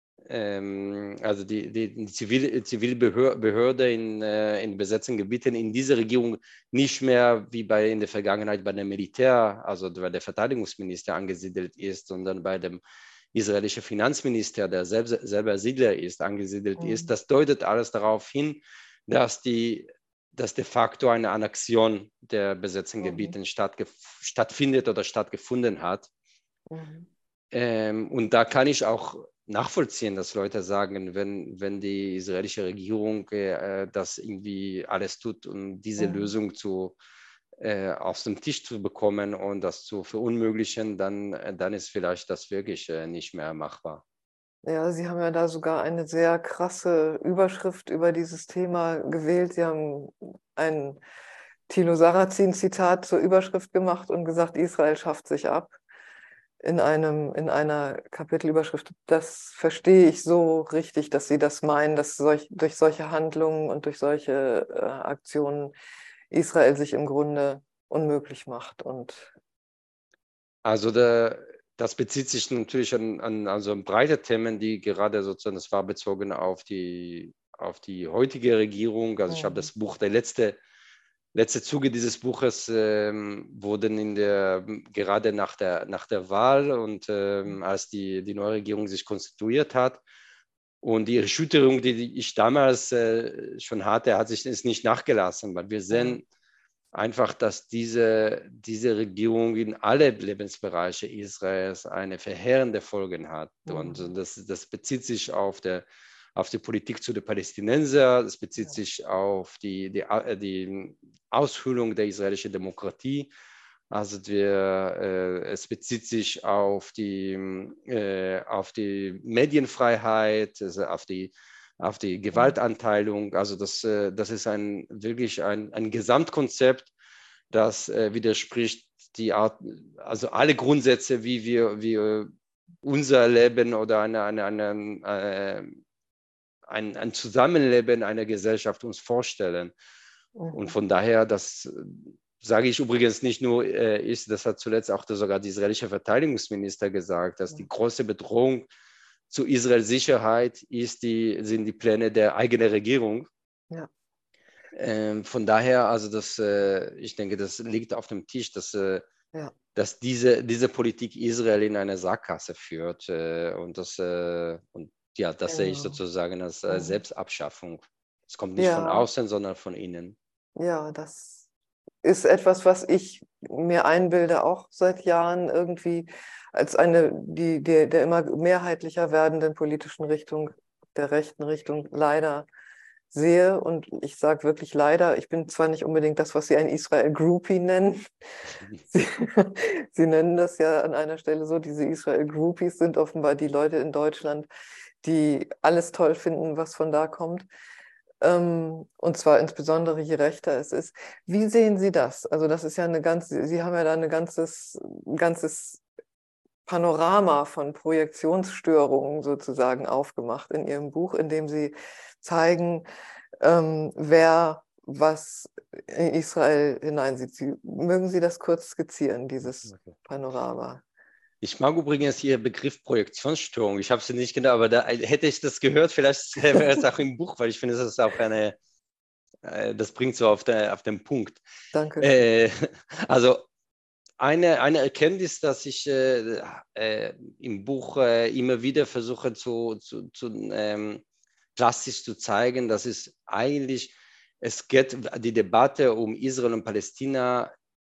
ähm, also die, die, die Zivil, Zivilbehörde in, äh, in besetzten Gebieten in dieser Regierung nicht mehr wie bei in der Vergangenheit bei dem Militär, also bei der Verteidigungsminister angesiedelt ist, sondern bei dem israelischen Finanzminister, der selbst, selber Siedler ist, angesiedelt ist. Mhm. Das deutet alles darauf hin, dass die dass de facto eine Annexion der besetzten Mhm. Gebiete stattfindet oder stattgefunden hat. Mhm. Ähm, und da kann ich auch nachvollziehen, dass Leute sagen, wenn, wenn die israelische Regierung äh, das irgendwie alles tut, um diese Mhm. Lösung zu, äh, auf den Tisch zu bekommen und das zu verunmöglichen, dann, äh, dann ist vielleicht das wirklich äh, nicht mehr machbar. Ja, Sie haben ja da sogar eine sehr krasse Überschrift über dieses Thema gewählt. Sie haben ein Thilo Sarrazin-Zitat zur Überschrift gemacht und gesagt, Israel schafft sich ab. In einem, in einer Kapitelüberschrift. Das verstehe ich so richtig, dass Sie das meinen, dass solch, durch solche Handlungen und durch solche äh, Aktionen Israel sich im Grunde unmöglich macht. Und Also der, das bezieht sich natürlich an, an also breite Themen, die gerade sozusagen, das war bezogen auf die, auf die heutige Regierung. Also ich habe mhm. das Buch, der letzte, letzte Züge dieses Buches ähm, wurden in der, gerade nach der, nach der Wahl und ähm, als die, die neue Regierung sich konstituiert hat. Und die Erschütterung, die ich damals äh, schon hatte, hat sich ist nicht nachgelassen, weil wir Mhm. sehen, einfach, dass diese, diese Regierung in alle Lebensbereiche Israels eine verheerende Folgen hat. Und Mhm. das, das bezieht sich auf, der, auf die Politik zu den Palästinensern, das bezieht Ja. sich auf die, die, die Aushöhlung der israelischen Demokratie. Also der, äh, es bezieht sich auf die, äh, auf die Medienfreiheit, also auf die auf die Mhm. Gewaltanteilung. Also das, äh, das ist ein, wirklich ein, ein Gesamtkonzept, das äh, widerspricht die Art, also alle Grundsätze, wie wir, wie unser Leben oder eine, eine, eine, äh, ein, ein Zusammenleben einer Gesellschaft uns vorstellen. Und Mhm. von daher, das sage ich übrigens nicht nur äh, ich, das hat zuletzt auch der, sogar der israelische Verteidigungsminister gesagt, dass die große Bedrohung zu Israels Sicherheit ist die, sind die Pläne der eigenen Regierung. Ja. Ähm, von daher, also das, äh, ich denke, das liegt auf dem Tisch, dass, äh, Ja. dass diese, diese Politik Israel in eine Sackgasse führt. Äh, und, das, äh, und ja, das sehe ich Genau. sozusagen als äh, Mhm. Selbstabschaffung. Es kommt nicht von Ja, außen, sondern von innen. ja, das ist etwas, was ich mir einbilde, auch seit Jahren irgendwie als eine die, der, der immer mehrheitlicher werdenden politischen Richtung, der rechten Richtung, leider sehe. Und ich sage wirklich leider, ich bin zwar nicht unbedingt das, was Sie ein Israel-Groupie nennen. Sie, Sie nennen das ja an einer Stelle so, diese Israel-Groupies sind offenbar die Leute in Deutschland, die alles toll finden, was von da kommt. Ähm, und zwar insbesondere, je rechter es ist. Wie sehen Sie das? Also das ist ja eine ganze, Sie haben ja da ein ganzes, ein ganzes Panorama von Projektionsstörungen sozusagen aufgemacht in Ihrem Buch, in dem Sie zeigen, ähm, wer was in Israel hineinsieht. Sie, mögen Sie das kurz skizzieren, dieses Panorama? Ich mag übrigens Ihr Begriff Projektionsstörung. Ich habe sie nicht genau, aber da hätte ich das gehört, vielleicht wäre es auch im Buch, weil ich finde, das ist auch eine, äh, das bringt so auf, der, auf den Punkt. Dankeschön. Äh, also eine, eine Erkenntnis, dass ich äh, äh, im Buch äh, immer wieder versuche zu, zu, zu ähm, plastisch zu zeigen, dass es eigentlich, es geht, die Debatte um Israel und Palästina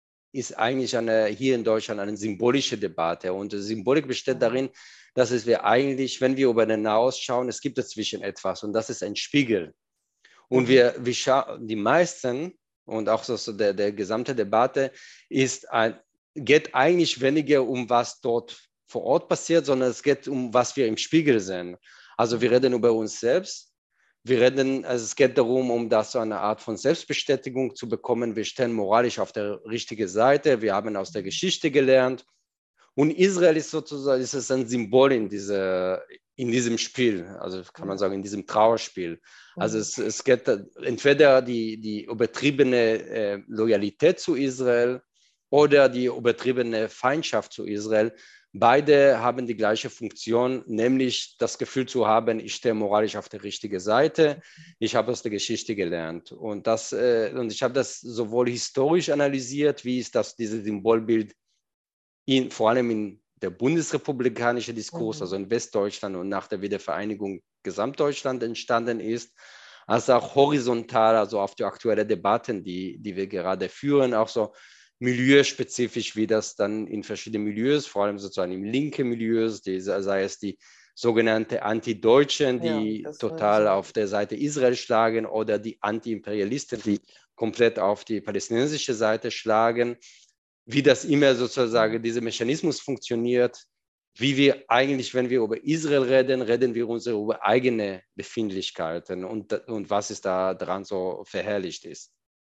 ist eigentlich eine, hier in Deutschland eine symbolische Debatte. Und die Symbolik besteht darin, dass es wir eigentlich, wenn wir über den Nahost schauen, es gibt dazwischen etwas und das ist ein Spiegel. Und Mhm. wir, wir schauen, die meisten und auch so, so der, der gesamte Debatte ist ein, geht eigentlich weniger um was dort vor Ort passiert, sondern es geht um was wir im Spiegel sehen. Also wir reden über uns selbst. Wir reden, also es geht darum, um das so eine Art von Selbstbestätigung zu bekommen. Wir stehen moralisch auf der richtigen Seite. Wir haben aus der Geschichte gelernt. Und Israel ist sozusagen, ist es ein Symbol in, diese, in diesem Spiel, also kann man sagen, in diesem Trauerspiel. Also Mhm. es, es geht entweder die, die übertriebene äh, Loyalität zu Israel oder die übertriebene Feindschaft zu Israel. Beide haben die gleiche Funktion, nämlich das Gefühl zu haben, ich stehe moralisch auf der richtigen Seite, ich habe aus der Geschichte gelernt. Und, das, äh, und ich habe das sowohl historisch analysiert, wie ist das, dieses Symbolbild in, vor allem in der bundesrepublikanischen Diskurs, also Mhm. in Westdeutschland und nach der Wiedervereinigung Gesamtdeutschland entstanden ist, als auch horizontal, also auf die aktuellen Debatten, die, die wir gerade führen, auch so milieuspezifisch, wie das dann in verschiedenen Milieus, vor allem sozusagen im linken Milieus, die, sei es die sogenannte Anti-Deutschen, Ja, die das mögen Sie total nicht. auf der Seite Israel schlagen, oder die Anti-Imperialisten, die komplett auf die palästinensische Seite schlagen, wie das immer sozusagen, dieser Mechanismus funktioniert, wie wir eigentlich, wenn wir über Israel reden, reden wir uns über eigene Befindlichkeiten und, und was ist da dran so verherrlicht ist.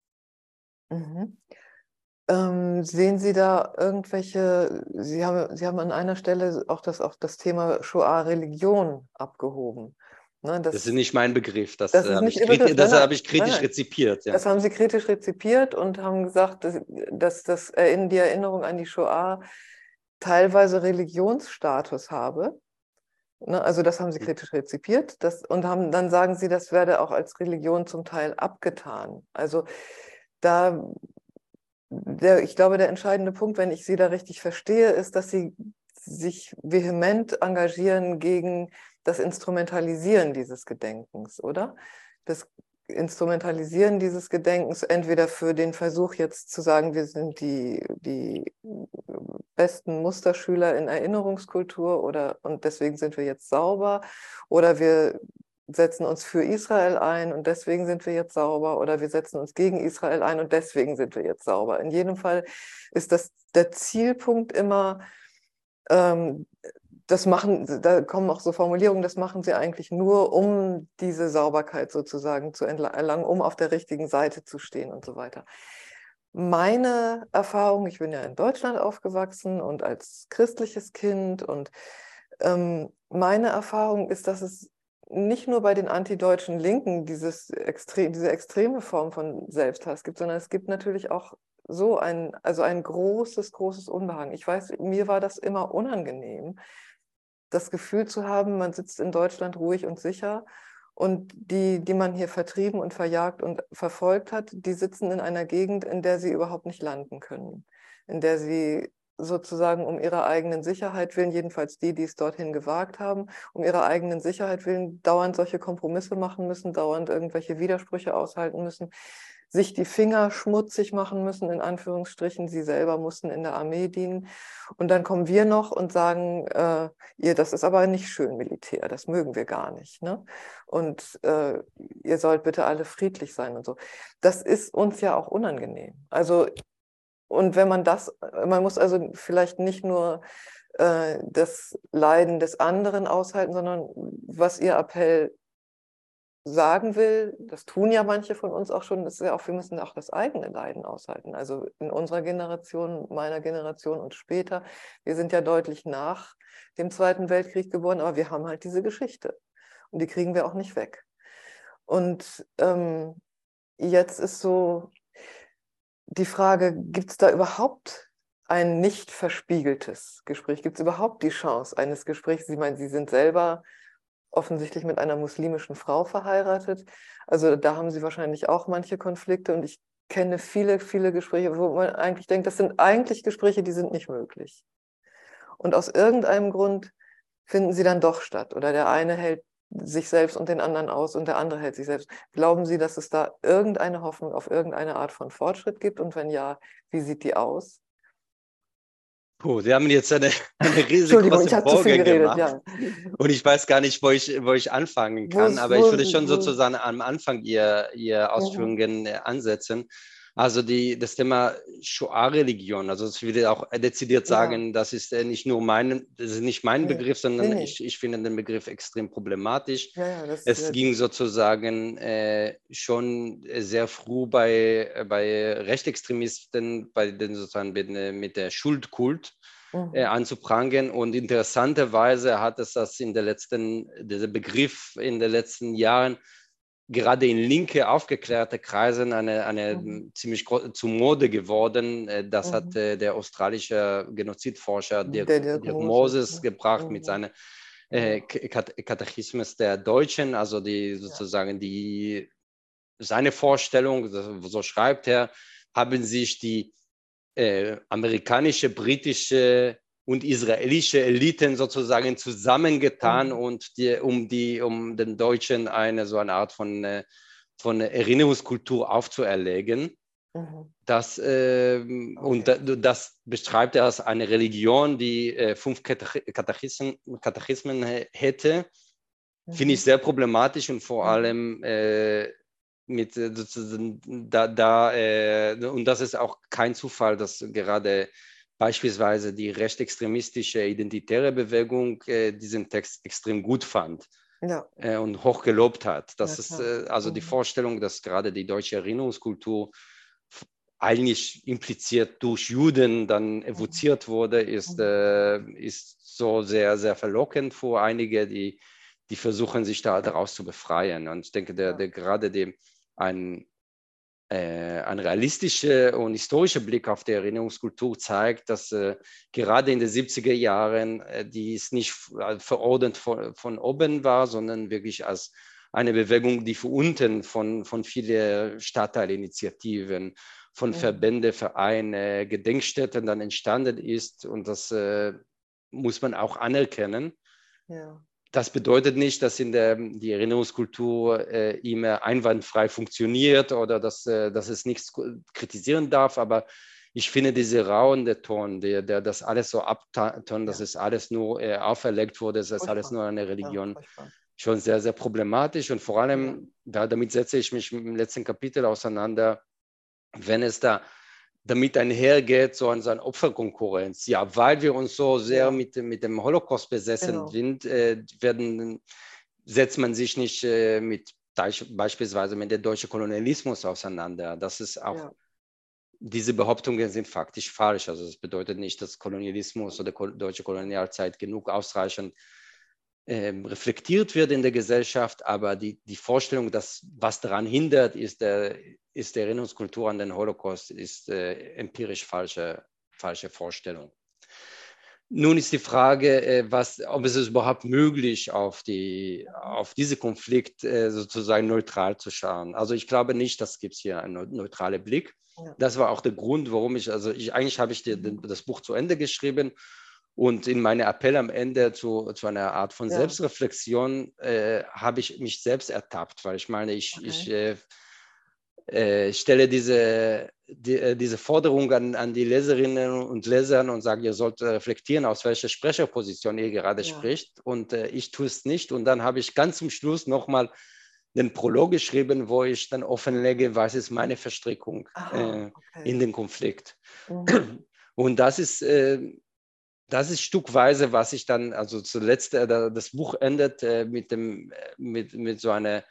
Mhm. Ähm, sehen Sie da irgendwelche, Sie haben, Sie haben an einer Stelle auch das, auch das Thema Shoah-Religion abgehoben. Ne, Das ist das, nicht mein Begriff, das das äh, ist habe nicht ich, Ihr Begriff. kriti Nein, das nein, hab ich nein, kritisch nein. rezipiert, ja. Das haben Sie kritisch rezipiert und haben gesagt, dass, dass das in die Erinnerung an die Shoah teilweise Religionsstatus habe. Ne, also das haben Sie kritisch rezipiert das, und haben, dann sagen Sie, das werde auch als Religion zum Teil abgetan. Also da, der, ich glaube, der entscheidende Punkt, wenn ich Sie da richtig verstehe, ist, dass Sie sich vehement engagieren gegen das Instrumentalisieren dieses Gedenkens, oder? Das Instrumentalisieren dieses Gedenkens entweder für den Versuch jetzt zu sagen, wir sind die, die besten Musterschüler in Erinnerungskultur oder und deswegen sind wir jetzt sauber, oder wir setzen uns für Israel ein und deswegen sind wir jetzt sauber, oder wir setzen uns gegen Israel ein und deswegen sind wir jetzt sauber. In jedem Fall ist das der Zielpunkt immer, ähm, das machen, da kommen auch so Formulierungen, das machen sie eigentlich nur, um diese Sauberkeit sozusagen zu erlangen, um auf der richtigen Seite zu stehen und so weiter. Meine Erfahrung, ich bin ja in Deutschland aufgewachsen und als christliches Kind, und ähm, meine Erfahrung ist, dass es nicht nur bei den antideutschen Linken dieses extrem, diese extreme Form von Selbsthass gibt, sondern es gibt natürlich auch so ein, also ein großes, großes Unbehagen. Ich weiß, mir war das immer unangenehm, das Gefühl zu haben, man sitzt in Deutschland ruhig und sicher und die, die man hier vertrieben und verjagt und verfolgt hat, die sitzen in einer Gegend, in der sie überhaupt nicht landen können, in der sie sozusagen um ihrer eigenen Sicherheit willen, jedenfalls die, die es dorthin gewagt haben, um ihrer eigenen Sicherheit willen dauernd solche Kompromisse machen müssen, dauernd irgendwelche Widersprüche aushalten müssen, sich die Finger schmutzig machen müssen, in Anführungsstrichen. Sie selber mussten in der Armee dienen. Und dann kommen wir noch und sagen, äh, ihr, das ist aber nicht schön Militär, das mögen wir gar nicht. Ne? Und äh, ihr sollt bitte alle friedlich sein und so. Das ist uns ja auch unangenehm. Also, und wenn man das, man muss also vielleicht nicht nur äh, das Leiden des anderen aushalten, sondern was ihr Appell sagen will, das tun ja manche von uns auch schon, das ist ja auch, wir müssen auch das eigene Leiden aushalten. Also in unserer Generation, meiner Generation und später, wir sind ja deutlich nach dem Zweiten Weltkrieg geboren, aber wir haben halt diese Geschichte und die kriegen wir auch nicht weg. Und ähm, jetzt ist so die Frage, gibt es da überhaupt ein nicht verspiegeltes Gespräch? Gibt es überhaupt die Chance eines Gesprächs? Sie meinen, Sie sind selber offensichtlich mit einer muslimischen Frau verheiratet. Also da haben Sie wahrscheinlich auch manche Konflikte und ich kenne viele, viele Gespräche, wo man eigentlich denkt, das sind eigentlich Gespräche, die sind nicht möglich. Und aus irgendeinem Grund finden sie dann doch statt oder der eine hält sich selbst und den anderen aus und der andere hält sich selbst. Glauben Sie, dass es da irgendeine Hoffnung auf irgendeine Art von Fortschritt gibt und wenn ja, wie sieht die aus? Puh, Sie haben jetzt eine, eine Entschuldigung, ich riesengroße habe zu viel Bogen geredet, gemacht ja. und ich weiß gar nicht, wo ich, wo ich anfangen Wo, kann, aber wo, ich würde schon wo, sozusagen am Anfang Ihr, Ihr mhm. Ausführungen äh, ansetzen. Also die, das Thema Shoah-Religion, also ich würde auch dezidiert Ja, sagen, das ist äh, nicht nur mein, das ist nicht mein nee, Begriff, nee, sondern nee. ich, ich finde den Begriff extrem problematisch. Ja, ja, das, Es ja, ging sozusagen äh, schon sehr früh bei, bei Rechtsextremisten, bei den sozusagen mit, mit der Schuldkult äh, mhm. anzuprangern. Und interessanterweise hat es das in der letzten, dieser Begriff in den letzten Jahren gerade in linke aufgeklärte Kreisen eine, eine Mhm. ziemlich zu Mode geworden. Äh, Das hat Mhm. äh, der australische Genozidforscher Dirk, Der Dirk Diagnose. Moses Ne? gebracht mit Mhm. seiner äh, Genau. Katechismus der Deutschen, also die Ja. sozusagen die seine Vorstellung, so schreibt er, haben sich die äh, amerikanische, britische und israelische Eliten sozusagen zusammengetan Mhm. und die, um, die, um den Deutschen eine so eine Art von, äh, von Erinnerungskultur aufzuerlegen. Mhm. Das, äh, und Okay. das beschreibt er als eine Religion, die äh, fünf Katechismen, Katechismen hätte. Finde ich Mhm. sehr problematisch und vor Mhm. allem äh, mit sozusagen da, da äh, und das ist auch kein Zufall, dass gerade beispielsweise die rechtsextremistische identitäre Bewegung äh, diesen Text extrem gut fand Ja, äh, und hoch gelobt hat. ja Das ist klar. äh, also die Mhm. Vorstellung, dass gerade die deutsche Erinnerungskultur eigentlich impliziert durch Juden dann Mhm. evoziert wurde, ist, Mhm. äh, ist so sehr, sehr verlockend für einige, die, die versuchen, sich da daraus zu befreien. Und ich denke, der, Ja. der gerade dem, ein, äh, ein realistischer und historischer Blick auf die Erinnerungskultur zeigt, dass äh, gerade in den siebziger Jahren äh, die es nicht verordnet von, von oben war, sondern wirklich als eine Bewegung, die von unten von, von vielen Stadtteilinitiativen, von Mhm. Verbände, Vereine, Gedenkstätten dann entstanden ist. Und das äh, muss man auch anerkennen. Ja. Das bedeutet nicht, dass in der, die Erinnerungskultur äh, immer einwandfrei funktioniert oder dass, äh, dass es nichts kritisieren darf, aber ich finde diese rauende Ton, der, der das alles so abton, dass Ja. es alles nur äh, auferlegt wurde, dass es alles Furchtbar. nur eine Ja, Religion, furchtbar. schon sehr, sehr problematisch. Und vor Ja. allem, ja, damit setze ich mich im letzten Kapitel auseinander, wenn es da damit einhergeht, so an so eine Opferkonkurrenz. Ja, weil wir uns so sehr Ja. mit, mit dem Holocaust besessen Genau. sind, äh, werden, setzt man sich nicht äh, mit beispielsweise mit dem deutschen Kolonialismus auseinander. Das ist auch, Ja. diese Behauptungen sind faktisch falsch. Also das bedeutet nicht, dass Kolonialismus oder deutsche Kolonialzeit genug ausreichend ähm, reflektiert wird in der Gesellschaft, aber die, die Vorstellung, dass was daran hindert, ist, der, ist die Erinnerungskultur an den Holocaust, ist äh, empirisch falsche, falsche Vorstellung. Nun ist die Frage, äh, was, ob es überhaupt möglich auf, die, auf diesen Konflikt äh, sozusagen neutral zu schauen. Also ich glaube nicht, dass es hier einen neutralen Blick. Ja. Das war auch der Grund, warum ich, also ich, eigentlich habe ich die, das Buch zu Ende geschrieben und in meinem Appell am Ende zu, zu einer Art von Ja. Selbstreflexion äh, habe ich mich selbst ertappt, weil ich meine, ich, Okay. ich äh, äh, stelle diese, die, äh, diese Forderung an, an die Leserinnen und Leser und sage, ihr sollt reflektieren, aus welcher Sprecherposition ihr gerade Ja. spricht, und äh, ich tue es nicht. Und dann habe ich ganz zum Schluss nochmal den Prolog geschrieben, wo ich dann offenlege, was ist meine Verstrickung Aha, äh, okay. in den Konflikt. Mhm. Und das ist, äh, das ist stückweise, was ich dann, also zuletzt, äh, das Buch endet äh, mit, dem, mit, mit so einer,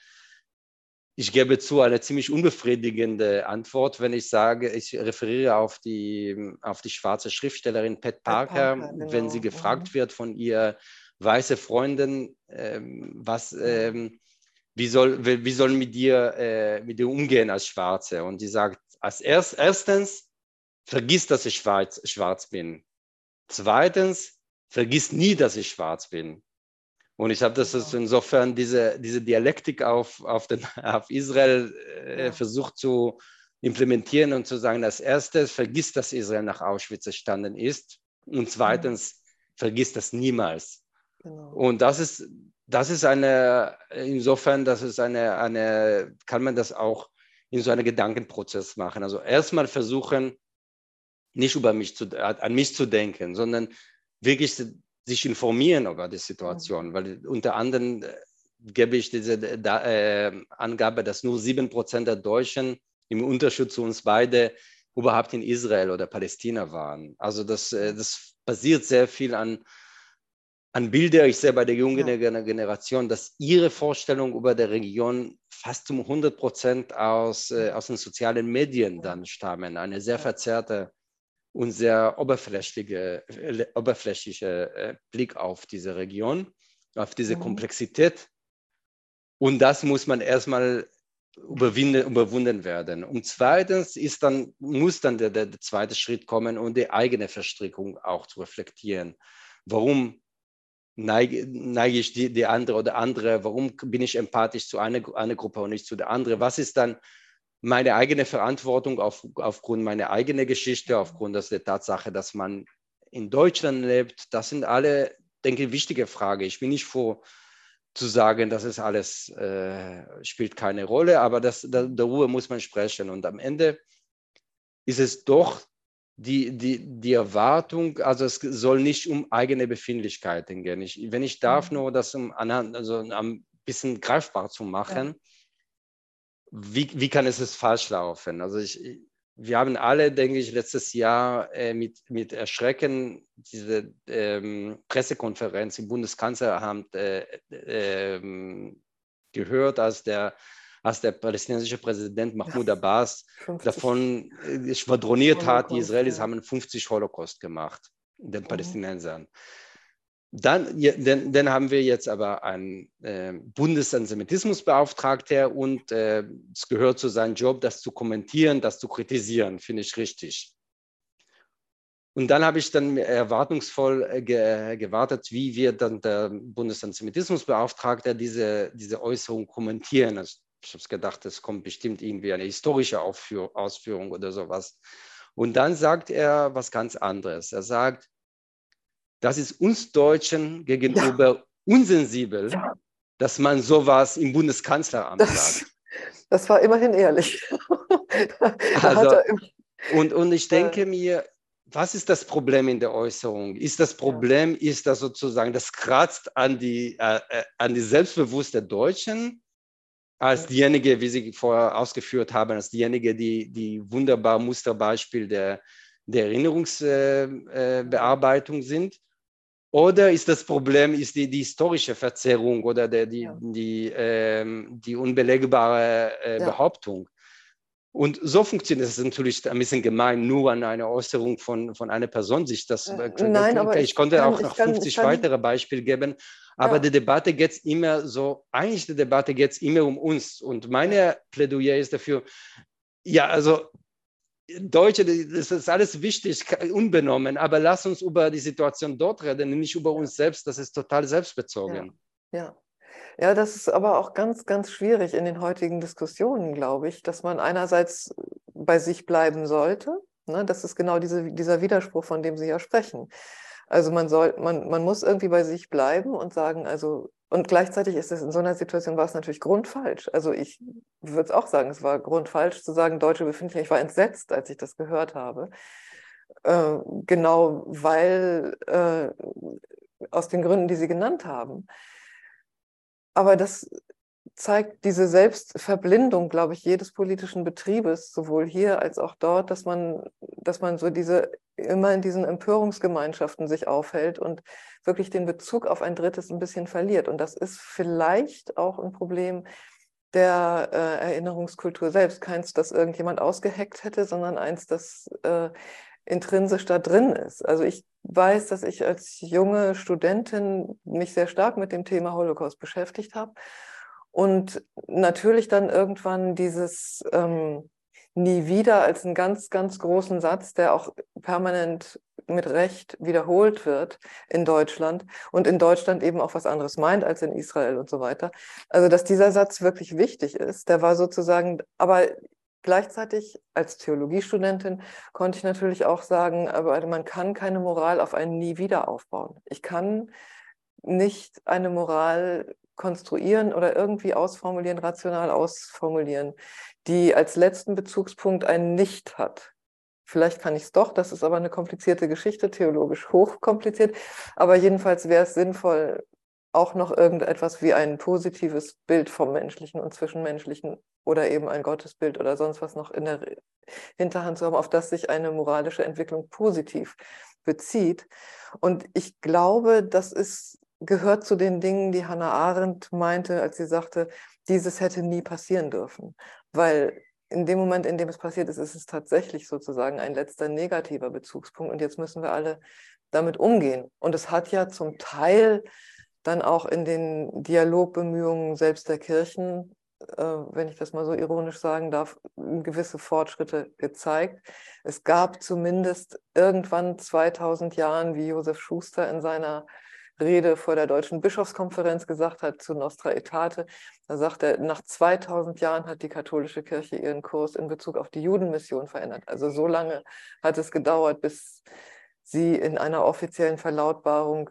ich gebe zu, eine ziemlich unbefriedigende Antwort, wenn ich sage, ich referiere auf die, auf die schwarze Schriftstellerin Pat Pat Parker, Parker, wenn sie genau. gefragt Mhm. wird von ihr weiße Freundin, ähm, was, Ja. ähm, wie soll, wie sollen mit dir, äh, mit dir umgehen als Schwarze? Und die sagt, als erst, erstens, vergiss, dass ich schwarz, schwarz bin. Zweitens, vergiss nie, dass ich schwarz bin. Und ich habe das Genau. insofern, diese, diese Dialektik auf, auf, den, auf Israel äh, Ja. versucht zu implementieren und zu sagen, als erstes, vergiss, dass Israel nach Auschwitz entstanden ist. Und zweitens, vergiss das niemals. Genau. Und das ist, das ist eine, insofern, das ist eine, eine, kann man das auch in so einem Gedankenprozess machen. Also erstmal versuchen, nicht über mich zu, an mich zu denken, sondern wirklich sich informieren über die Situation. Mhm. Weil unter anderem äh, gebe ich diese da, äh, Angabe, dass nur sieben Prozent der Deutschen im Unterschied zu uns beide überhaupt in Israel oder Palästina waren. Also das, äh, das basiert sehr viel an, an Bilder. Ich sehe bei der jungen Ja. Generation, dass ihre Vorstellung über die Region fast um hundert Prozent aus, äh, aus den sozialen Medien Ja. dann stammen. Eine sehr Ja. verzerrte und sehr oberflächliche, äh, oberflächliche äh, Blick auf diese Region, auf diese Mhm. Komplexität. Und das muss man erstmal überwinden, überwunden werden. Und zweitens ist dann, muss dann der, der, der zweite Schritt kommen, um die eigene Verstrickung auch zu reflektieren. Warum neige, neige ich die, die andere oder andere? Warum bin ich empathisch zu einer, einer Gruppe und nicht zu der anderen? Was ist dann meine eigene Verantwortung auf, aufgrund meiner eigenen Geschichte, aufgrund der Tatsache, dass man in Deutschland lebt? Das sind alle, denke ich, wichtige Fragen. Ich bin nicht vor zu sagen, das ist alles, äh, spielt keine Rolle, aber das, da, darüber muss man sprechen. Und am Ende ist es doch die, die, die Erwartung, also es soll nicht um eigene Befindlichkeiten gehen. Ich, wenn ich darf, Mhm. nur das um anhand, also ein bisschen greifbar zu machen, Ja. wie, wie kann es es falsch laufen? Also ich, wir haben alle, denke ich, letztes Jahr äh, mit, mit Erschrecken diese ähm, Pressekonferenz im Bundeskanzleramt äh, äh, gehört, als der, als der palästinensische Präsident Mahmoud Ja. Abbas fünfzig davon äh, schwadroniert hat, die Holocaust, Israelis ja. haben fünfzig Holocaust gemacht, den Mhm. Palästinensern. Dann, dann, dann haben wir jetzt aber einen äh, Bundesantisemitismusbeauftragter und äh, es gehört zu seinem Job, das zu kommentieren, das zu kritisieren, finde ich richtig. Und dann habe ich dann erwartungsvoll äh, ge gewartet, wie wird dann der Bundesantisemitismusbeauftragte diese, diese Äußerung kommentieren. Also ich habe gedacht, es kommt bestimmt irgendwie eine historische Aufführ Ausführung oder sowas. Und dann sagt er was ganz anderes. Er sagt, das ist uns Deutschen Ja. gegenüber unsensibel, Ja. dass man sowas im Bundeskanzleramt sagt. Das, das war immerhin ehrlich. Da hat Also, er im, und, und ich äh, denke mir, was ist das Problem in der Äußerung? Ist das ja. Problem, ist das sozusagen, das kratzt an die, äh, an die Selbstbewusstsein der Deutschen, als diejenige, wie Sie vorher ausgeführt haben, als diejenige, die, die wunderbar Musterbeispiel der, der Erinnerungsbearbeitung äh, äh, sind? Oder ist das Problem ist die, die historische Verzerrung oder der, die, Ja. die, ähm, die unbelegbare äh, Ja. Behauptung? Und so funktioniert es natürlich ein bisschen gemein, nur an einer Äußerung von, von einer Person sich das. Nein, aber Ich ich konnte kann, auch ich noch kann, ich fünfzig kann, weitere Beispiele geben, aber ja, die Debatte geht immer so, eigentlich die Debatte geht immer um uns. Und ja, meine Plädoyer ist dafür, ja, also Deutsche, das ist alles wichtig, unbenommen, aber lass uns über die Situation dort reden, nicht über ja, uns selbst, das ist total ja, selbstbezogen. ja. Ja, das ist aber auch ganz, ganz schwierig in den heutigen Diskussionen, glaube ich, dass man einerseits bei sich bleiben sollte. Ne? Das ist genau diese, dieser Widerspruch, von dem Sie ja sprechen. Also man soll, man, man muss irgendwie bei sich bleiben und sagen, also, und gleichzeitig ist es in so einer Situation, war es natürlich grundfalsch. Also ich würde es auch sagen, es war grundfalsch zu sagen, Deutsche befinden sich. Ich war entsetzt, als ich das gehört habe. Äh, genau, weil äh, aus den Gründen, die Sie genannt haben. Aber das zeigt diese Selbstverblindung, glaube ich, jedes politischen Betriebes, sowohl hier als auch dort, dass man, dass man so diese, immer in diesen Empörungsgemeinschaften sich aufhält und wirklich den Bezug auf ein Drittes ein bisschen verliert. Und das ist vielleicht auch ein Problem der äh, Erinnerungskultur selbst. Keins, das irgendjemand ausgeheckt hätte, sondern eins, das äh, intrinsisch da drin ist. Also ich weiß, dass ich als junge Studentin mich sehr stark mit dem Thema Holocaust beschäftigt habe und natürlich dann irgendwann dieses ähm, nie wieder als einen ganz, ganz großen Satz, der auch permanent mit Recht wiederholt wird in Deutschland und in Deutschland eben auch was anderes meint als in Israel und so weiter. Also dass dieser Satz wirklich wichtig ist, der war sozusagen, aber gleichzeitig als Theologiestudentin konnte ich natürlich auch sagen, aber man kann keine Moral auf ein Nie wieder aufbauen. Ich kann nicht eine Moral konstruieren oder irgendwie ausformulieren, rational ausformulieren, die als letzten Bezugspunkt ein Nicht hat. Vielleicht kann ich es doch, das ist aber eine komplizierte Geschichte, theologisch hochkompliziert, aber jedenfalls wäre es sinnvoll, auch noch irgendetwas wie ein positives Bild vom Menschlichen und Zwischenmenschlichen oder eben ein Gottesbild oder sonst was noch in der Hinterhand zu haben, auf das sich eine moralische Entwicklung positiv bezieht. Und ich glaube, das ist, gehört zu den Dingen, die Hannah Arendt meinte, als sie sagte, dieses hätte nie passieren dürfen. Weil in dem Moment, in dem es passiert ist, ist es tatsächlich sozusagen ein letzter negativer Bezugspunkt. Und jetzt müssen wir alle damit umgehen. Und es hat ja zum Teil dann auch in den Dialogbemühungen selbst der Kirchen, äh, wenn ich das mal so ironisch sagen darf, gewisse Fortschritte gezeigt. Es gab zumindest irgendwann zweitausend Jahren, wie Josef Schuster in seiner Rede vor der Deutschen Bischofskonferenz gesagt hat, zu Nostra Aetate, da sagt er, nach zweitausend Jahren hat die katholische Kirche ihren Kurs in Bezug auf die Judenmission verändert. Also so lange hat es gedauert, bis sie in einer offiziellen Verlautbarung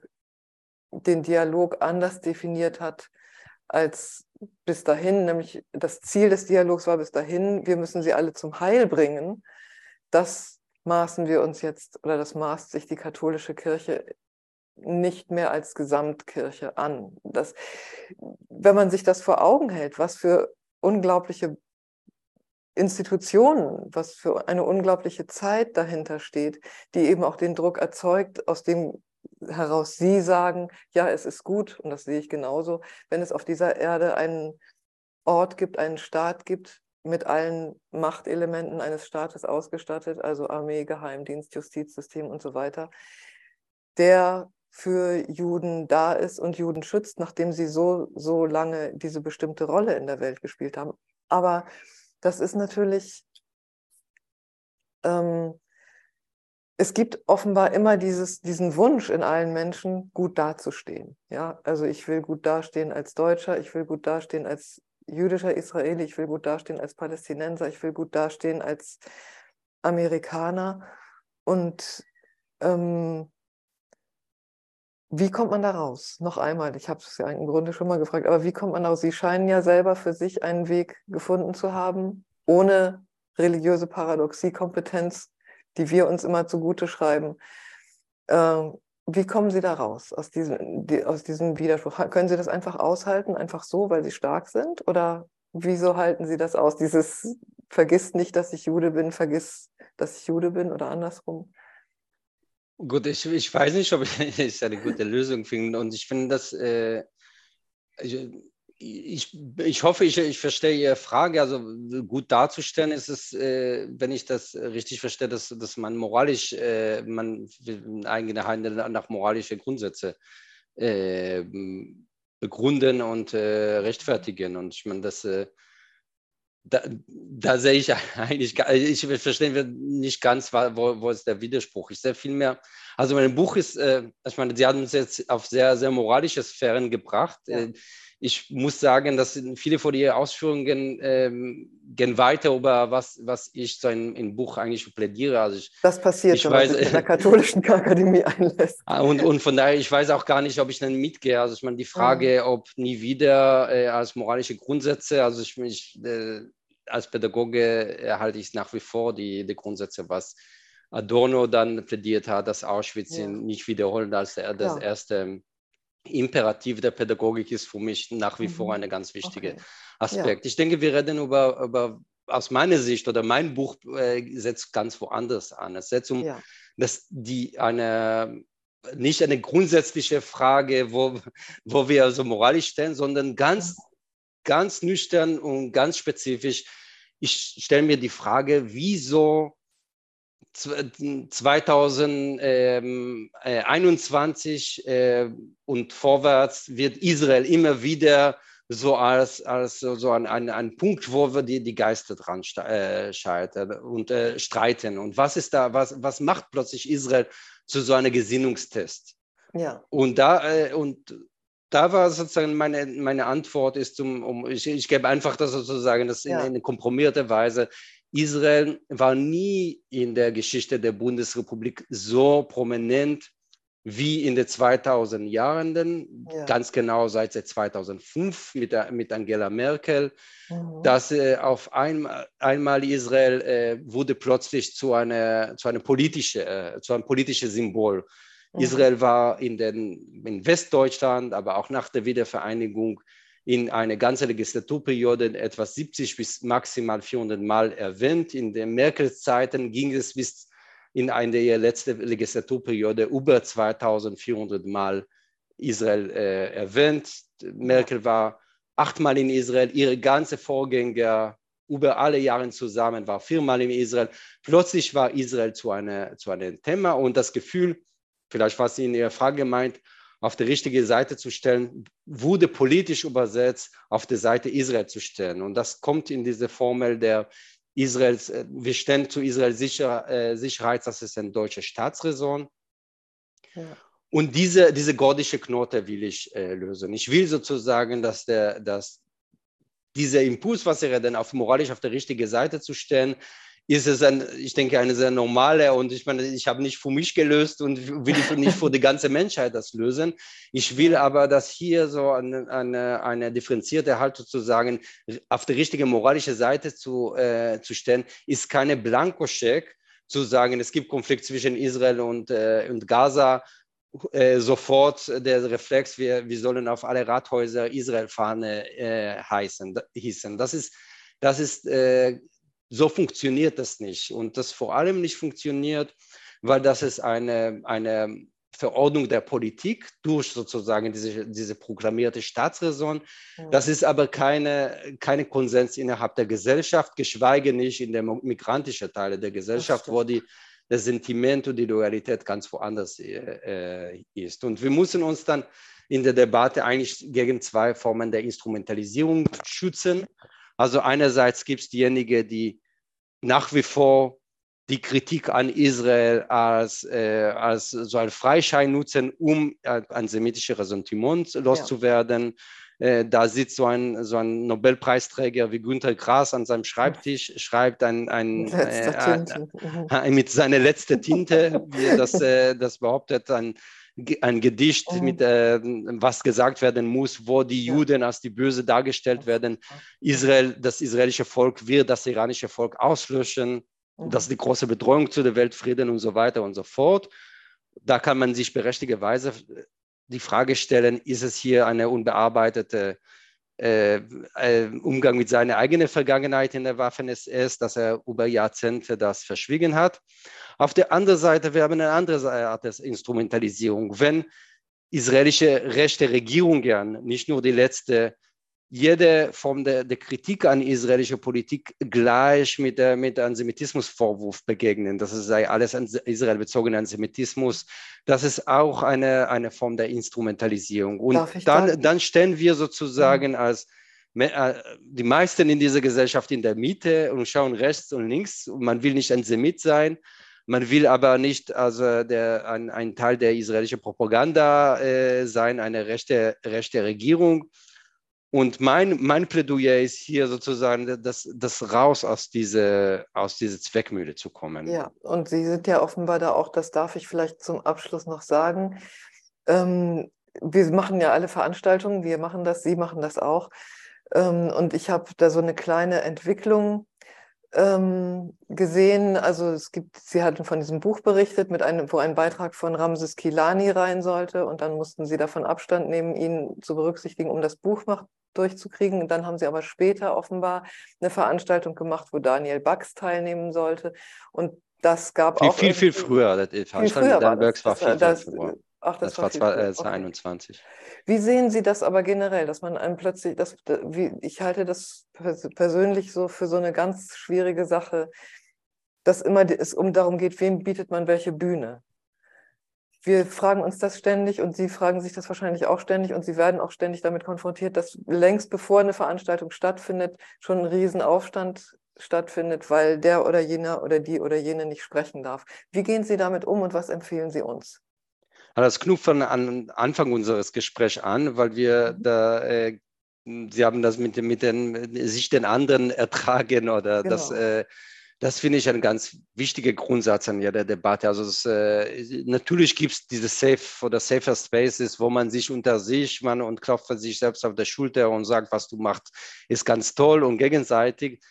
den Dialog anders definiert hat als bis dahin, nämlich das Ziel des Dialogs war bis dahin, wir müssen sie alle zum Heil bringen. Das maßen wir uns jetzt, oder das maßt sich die katholische Kirche nicht mehr als Gesamtkirche an. Das, wenn man sich das vor Augen hält, was für unglaubliche Institutionen, was für eine unglaubliche Zeit dahinter steht, die eben auch den Druck erzeugt, aus dem heraus Sie sagen, ja, es ist gut, und das sehe ich genauso, wenn es auf dieser Erde einen Ort gibt, einen Staat gibt, mit allen Machtelementen eines Staates ausgestattet, also Armee, Geheimdienst, Justizsystem und so weiter, der für Juden da ist und Juden schützt, nachdem sie so, so lange diese bestimmte Rolle in der Welt gespielt haben. Aber das ist natürlich, ähm, es gibt offenbar immer dieses, diesen Wunsch in allen Menschen, gut dazustehen. Ja? Also ich will gut dastehen als Deutscher, ich will gut dastehen als jüdischer Israeli, ich will gut dastehen als Palästinenser, ich will gut dastehen als Amerikaner. Und ähm, wie kommt man da raus? Noch einmal, ich habe es ja im Grunde schon mal gefragt, aber wie kommt man da raus? Sie scheinen ja selber für sich einen Weg gefunden zu haben, ohne religiöse Paradoxiekompetenz, die wir uns immer zugute schreiben. Ähm, wie kommen Sie da raus aus diesem, die, aus diesem Widerspruch? Können Sie das einfach aushalten, einfach so, weil Sie stark sind? Oder wieso halten Sie das aus? Dieses vergiss nicht, dass ich Jude bin, vergiss, dass ich Jude bin oder andersrum? Gut, ich, ich weiß nicht, ob ich, ich eine gute Lösung finde. Und ich finde, dass äh, ich, ich, ich hoffe, ich, ich verstehe Ihre Frage. Also gut darzustellen ist es, äh, wenn ich das richtig verstehe, dass, dass man moralisch, äh, man eigene Handeln nach moralischen Grundsätze äh, begründen und äh, rechtfertigen. Und ich meine, das äh, Da, da sehe ich eigentlich, ich verstehe nicht ganz, wo, wo ist der Widerspruch. Ich sehe viel mehr, also mein Buch ist, äh, ich meine, Sie haben uns jetzt auf sehr, sehr moralische Sphären gebracht. Ja. ich muss sagen, dass viele von den Ausführungen ähm, gehen weiter über was, was ich so in, in Buch eigentlich plädiere. Also ich, Das passiert, ich wenn man weiß, sich mit der katholischen Akademie einlässt. und, und von daher, ich weiß auch gar nicht, ob ich dann mitgehe. Also ich meine, die Mhm. Frage, ob nie wieder äh, als moralische Grundsätze, also ich, ich äh, als Pädagoge erhalte ich nach wie vor die, die Grundsätze, was Adorno dann plädiert hat, dass Auschwitz Ja, nicht wiederholen als der, das klar. erste Imperativ der Pädagogik ist für mich nach wie vor Mhm. ein ganz wichtiger Okay. Ja, Aspekt. Ich denke, wir reden über, über aus meiner Sicht oder mein Buch äh, setzt ganz woanders an. Es setzt um ja. dass die eine nicht eine grundsätzliche Frage, wo, wo wir also moralisch stellen, sondern Mhm. ganz, ganz nüchtern und ganz spezifisch. Ich stelle mir die Frage, wieso zweitausendeinundzwanzig äh, und vorwärts wird Israel immer wieder so als, als so ein, ein, ein Punkt, wo wir die, die Geister dran äh, scheitern und äh, streiten. Und was ist da, was, was macht plötzlich Israel zu so einem Gesinnungstest? Ja. Und da, äh, und da war sozusagen meine, meine Antwort ist, um, um ich, ich gebe einfach das sozusagen, das in, in Ja. eine komprimierte Weise. Israel war nie in der Geschichte der Bundesrepublik so prominent wie in den zweitausend Jahren, Ja. ganz genau seit zweitausendfünf mit, der, mit Angela Merkel, Mhm. dass äh, auf einmal, einmal Israel äh, wurde plötzlich zu, einer, zu, einer politische, äh, zu einem politischen Symbol. Mhm. Israel war in, den, in Westdeutschland, aber auch nach der Wiedervereinigung in einer ganzen Legislaturperiode etwa siebzig bis maximal vierhundert Mal erwähnt. In den Merkel-Zeiten ging es bis in eine letzte Legislaturperiode über zweitausendvierhundert Mal Israel äh, erwähnt. Ja. Merkel war achtmal in Israel, ihre ganze Vorgänger über alle Jahre zusammen war viermal in Israel. Plötzlich war Israel zu, einer, zu einem Thema und das Gefühl, vielleicht was Sie in Ihrer Frage gemeint, auf die richtige Seite zu stellen, wurde politisch übersetzt, auf die Seite Israel zu stellen. Und das kommt in diese Formel der Israels, wir stellen zu Israel sicher, äh, Sicherheit, das ist eine deutsche Staatsräson. Ja. Und diese, diese gordische Knote will ich äh, lösen. Ich will sozusagen, dass, der, dass dieser Impuls, was er dann auf moralisch auf der richtige Seite zu stellen, ist es, ein, ich denke, eine sehr normale und ich meine, ich habe nicht für mich gelöst und will nicht für die ganze Menschheit das lösen. Ich will Ja. aber, dass hier so eine, eine, eine differenzierte Haltung zu sagen, auf die richtige moralische Seite zu, äh, zu stellen, ist keine Blankoscheck zu sagen, es gibt Konflikt zwischen Israel und, äh, und Gaza, äh, sofort der Reflex, wir, wir sollen auf alle Rathäuser Israel-Fahne äh, heißen, hießen. Das ist, das ist äh, so funktioniert das nicht. Und das vor allem nicht funktioniert, weil das ist eine, eine Verordnung der Politik durch sozusagen diese, diese programmierte Staatsräson. Das ist aber keine, keine Konsens innerhalb der Gesellschaft, geschweige nicht in der migrantischen Teile der Das Gesellschaft, wo stimmt. die das Sentiment und die Loyalität ganz woanders äh, ist. Und wir müssen uns dann in der Debatte eigentlich gegen zwei Formen der Instrumentalisierung schützen. Also einerseits gibt es diejenigen, die nach wie vor die Kritik an Israel als, äh, als so einen Freischein nutzen, um äh, antisemitische Ressentiments Ja. loszuwerden. Äh, da sitzt so ein, so ein Nobelpreisträger wie Günter Grass an seinem Schreibtisch, schreibt ein, Mit ein, letzter äh, Tinte. Mhm. äh, mit seiner letzten Tinte, wie er das, äh, das behauptet, ein, ein Gedicht, mit Mhm. äh, was gesagt werden muss, wo die Ja. Juden als die Böse dargestellt werden. Mhm. Israel, das israelische Volk wird das iranische Volk auslöschen. Das Mhm. ist die große Bedrohung zu der Weltfrieden und so weiter und so fort. Da kann man sich berechtigterweise die Frage stellen, ist es hier eine unbearbeitete äh, äh, Umgang mit seiner eigenen Vergangenheit in der Waffen-S S, dass er über Jahrzehnte das verschwiegen hat. Auf der anderen Seite, wir haben eine andere Art der Instrumentalisierung. Wenn israelische rechte Regierungen, nicht nur die letzte, jede Form der, der Kritik an israelische Politik gleich mit der, mit der Antisemitismusvorwurf begegnen. Das sei alles an Israel bezogener Antisemitismus. Das ist auch eine, eine Form der Instrumentalisierung. Und Darf ich da? dann, dann stellen wir Mhm. sozusagen als die meisten in dieser Gesellschaft in der Mitte und schauen rechts und links. Man will nicht Antisemit sein. Man will aber nicht also der, ein, ein Teil der israelischen Propaganda äh, sein, eine rechte, rechte Regierung. Und mein, mein Plädoyer ist hier sozusagen, das, das raus aus dieser aus diese Zweckmühle zu kommen. Ja, und Sie sind ja offenbar da auch, das darf ich vielleicht zum Abschluss noch sagen. Ähm, wir machen ja alle Veranstaltungen, wir machen das, Sie machen das auch. Ähm, und ich habe da so eine kleine Entwicklung ähm, gesehen. Also es gibt, Sie hatten von diesem Buch berichtet, mit einem, wo ein Beitrag von Ramses Kilani rein sollte. Und dann mussten Sie davon Abstand nehmen, ihn zu berücksichtigen, um das Buch noch durchzukriegen. Dann haben Sie aber später offenbar eine Veranstaltung gemacht, wo Daniel Bax teilnehmen sollte. Und das gab Viel, auch viel, viel irgendwie, früher. Die viel Veranstaltung mit früher war Dan das. Burks war Das war viel, viel das, früher. ach, das Das war war viel früher. Okay. zwanzig einundzwanzig. Wie sehen Sie das aber generell, dass man einem plötzlich, das, wie, ich halte das persönlich so für so eine ganz schwierige Sache, dass immer es um darum geht, wem bietet man welche Bühne. Wir fragen uns das ständig und Sie fragen sich das wahrscheinlich auch ständig und Sie werden auch ständig damit konfrontiert, dass längst bevor eine Veranstaltung stattfindet, schon ein Riesenaufstand stattfindet, weil der oder jener oder die oder jene nicht sprechen darf. Wie gehen Sie damit um und was empfehlen Sie uns? Aber das knüpft von an Anfang unseres Gesprächs an, weil wir Mhm. da, äh, Sie haben das mit, mit den, sich den anderen ertragen oder das, Genau. äh, das finde ich ein ganz wichtiger Grundsatz an jeder Debatte. Also es, äh, natürlich gibt es diese Safe oder Safer Spaces, wo man sich unter sich, man und klopft sich selbst auf der Schulter und sagt, was du machst, ist ganz toll und gegenseitig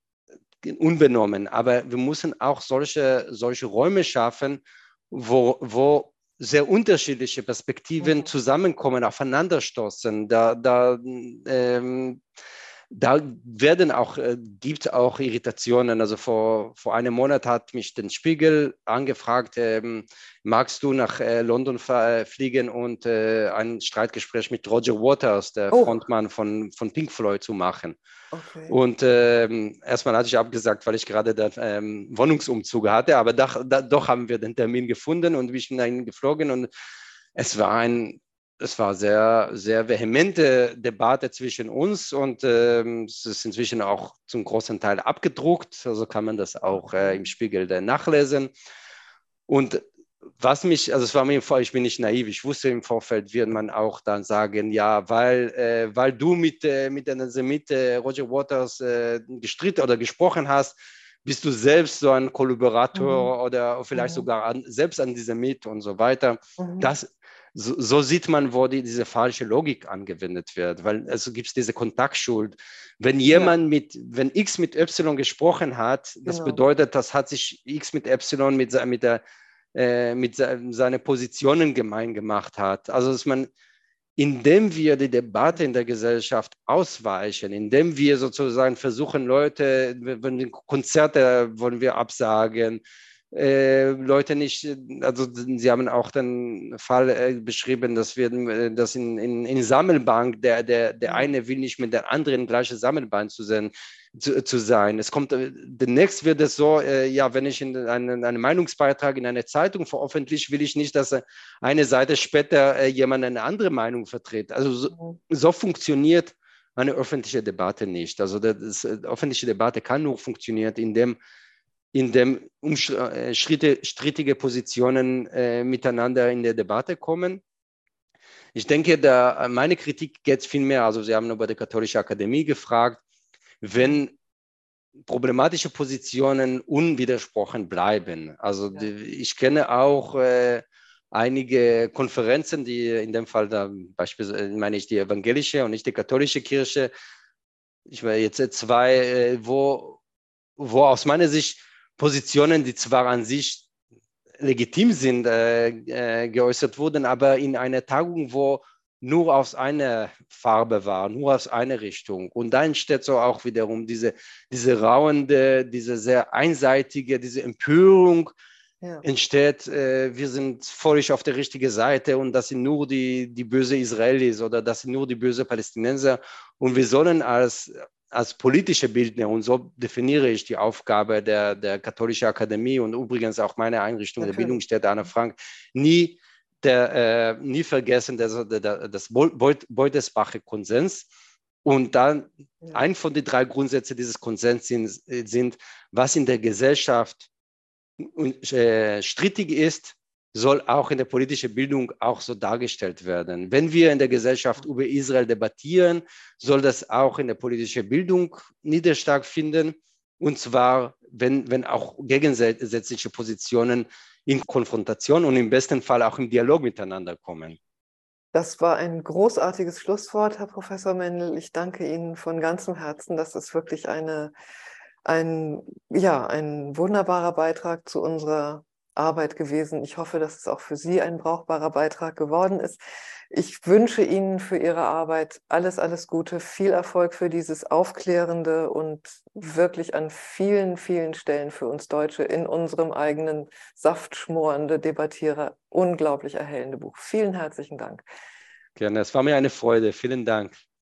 unbenommen. Aber wir müssen auch solche, solche Räume schaffen, wo, wo sehr unterschiedliche Perspektiven Mhm. zusammenkommen, aufeinanderstoßen. Da, da, ähm, da werden auch, äh, gibt auch Irritationen. Also vor, vor einem Monat hat mich den Spiegel angefragt, ähm, magst du nach äh, London fliegen und äh, ein Streitgespräch mit Roger Waters, der Oh, Frontmann von, von Pink Floyd, zu machen? okay. Und ähm, erstmal hatte ich abgesagt, weil ich gerade den ähm, Wohnungsumzug hatte, aber doch, da, doch haben wir den Termin gefunden und ich bin dahin geflogen und es war ein, es war sehr, sehr vehemente Debatte zwischen uns und ähm, es ist inzwischen auch zum großen Teil abgedruckt, also kann man das auch äh, Okay. im Spiegel nachlesen. Und was mich, also es war mir im Vorfeld, ich bin nicht naiv, ich wusste im Vorfeld, wird man auch dann sagen, ja, weil, äh, weil du mit, äh, mit, mit äh, Roger Waters äh, gestritten oder gesprochen hast, bist du selbst so ein Mhm. Kollaborator oder vielleicht Mhm. sogar an, selbst Antisemit und so weiter. Mhm. Das, so, so sieht man, wo die, diese falsche Logik angewendet wird, weil also gibt es diese Kontaktschuld. Wenn Ja, jemand mit, wenn X mit Y gesprochen hat, das genau. bedeutet, das hat sich X mit Y mit, mit der äh, mit se seine Positionen gemein gemacht hat. Also dass man, indem wir die Debatte in der Gesellschaft ausweichen, indem wir sozusagen versuchen, Leute, wenn Konzerte wollen wir absagen, äh, Leute nicht, also Sie haben auch den Fall äh, beschrieben, dass wir äh, dass in, in, in Sammelbank, der, der, der Ja. eine will nicht mit der anderen gleiche Sammelbank zu sein. Zu, zu sein. Es kommt, äh, demnächst wird es so, äh, ja, wenn ich in einen, einen Meinungsbeitrag in einer Zeitung veröffentliche, will ich nicht, dass eine Seite später äh, jemand eine andere Meinung vertritt. Also so, Mhm. so funktioniert eine öffentliche Debatte nicht. Also das, das, äh, öffentliche Debatte kann nur funktionieren, indem in dem äh, strittige Positionen äh, miteinander in der Debatte kommen. Ich denke, da, meine Kritik geht viel mehr, also Sie haben über die Katholische Akademie gefragt, Mhm. wenn problematische Positionen unwidersprochen bleiben. Also die, Ja. ich kenne auch äh, einige Konferenzen, die in dem Fall da beispielsweise meine ich die evangelische und nicht die katholische Kirche. Ich meine jetzt zwei, äh, wo, wo aus meiner Sicht Positionen, die zwar an sich legitim sind, äh, äh, geäußert wurden, aber in einer Tagung, wo nur aus einer Farbe war, nur aus einer Richtung. Und da entsteht so auch wiederum diese, diese rauende, diese sehr einseitige, diese Empörung Ja. entsteht, äh, wir sind völlig auf der richtigen Seite und das sind nur die, die böse Israelis oder das sind nur die böse Palästinenser. Und wir sollen als, als politische Bildner, und so definiere ich die Aufgabe der, der Katholischen Akademie und übrigens auch meine Einrichtung der Natürlich. Bildungsstätte Anne Frank, nie, der, äh, nie vergessen, das, das Beutesbacher Konsens. Und dann Ja. ein von den drei Grundsätzen dieses Konsens sind, sind was in der Gesellschaft äh, strittig ist, soll auch in der politischen Bildung auch so dargestellt werden. Wenn wir in der Gesellschaft über Israel debattieren, soll das auch in der politischen Bildung Niederschlag finden. Und zwar, wenn, wenn auch gegensätzliche Positionen in Konfrontation und im besten Fall auch im Dialog miteinander kommen. Das war ein großartiges Schlusswort, Herr Professor Mendel. Ich danke Ihnen von ganzem Herzen. Das ist wirklich eine, ein, ja, ein wunderbarer Beitrag zu unserer Arbeit gewesen. Ich hoffe, dass es auch für Sie ein brauchbarer Beitrag geworden ist. Ich wünsche Ihnen für Ihre Arbeit alles, alles Gute, viel Erfolg für dieses aufklärende und wirklich an vielen, vielen Stellen für uns Deutsche in unserem eigenen saftschmorende Debattierer unglaublich erhellende Buch. Vielen herzlichen Dank. Gerne, es war mir eine Freude. Vielen Dank.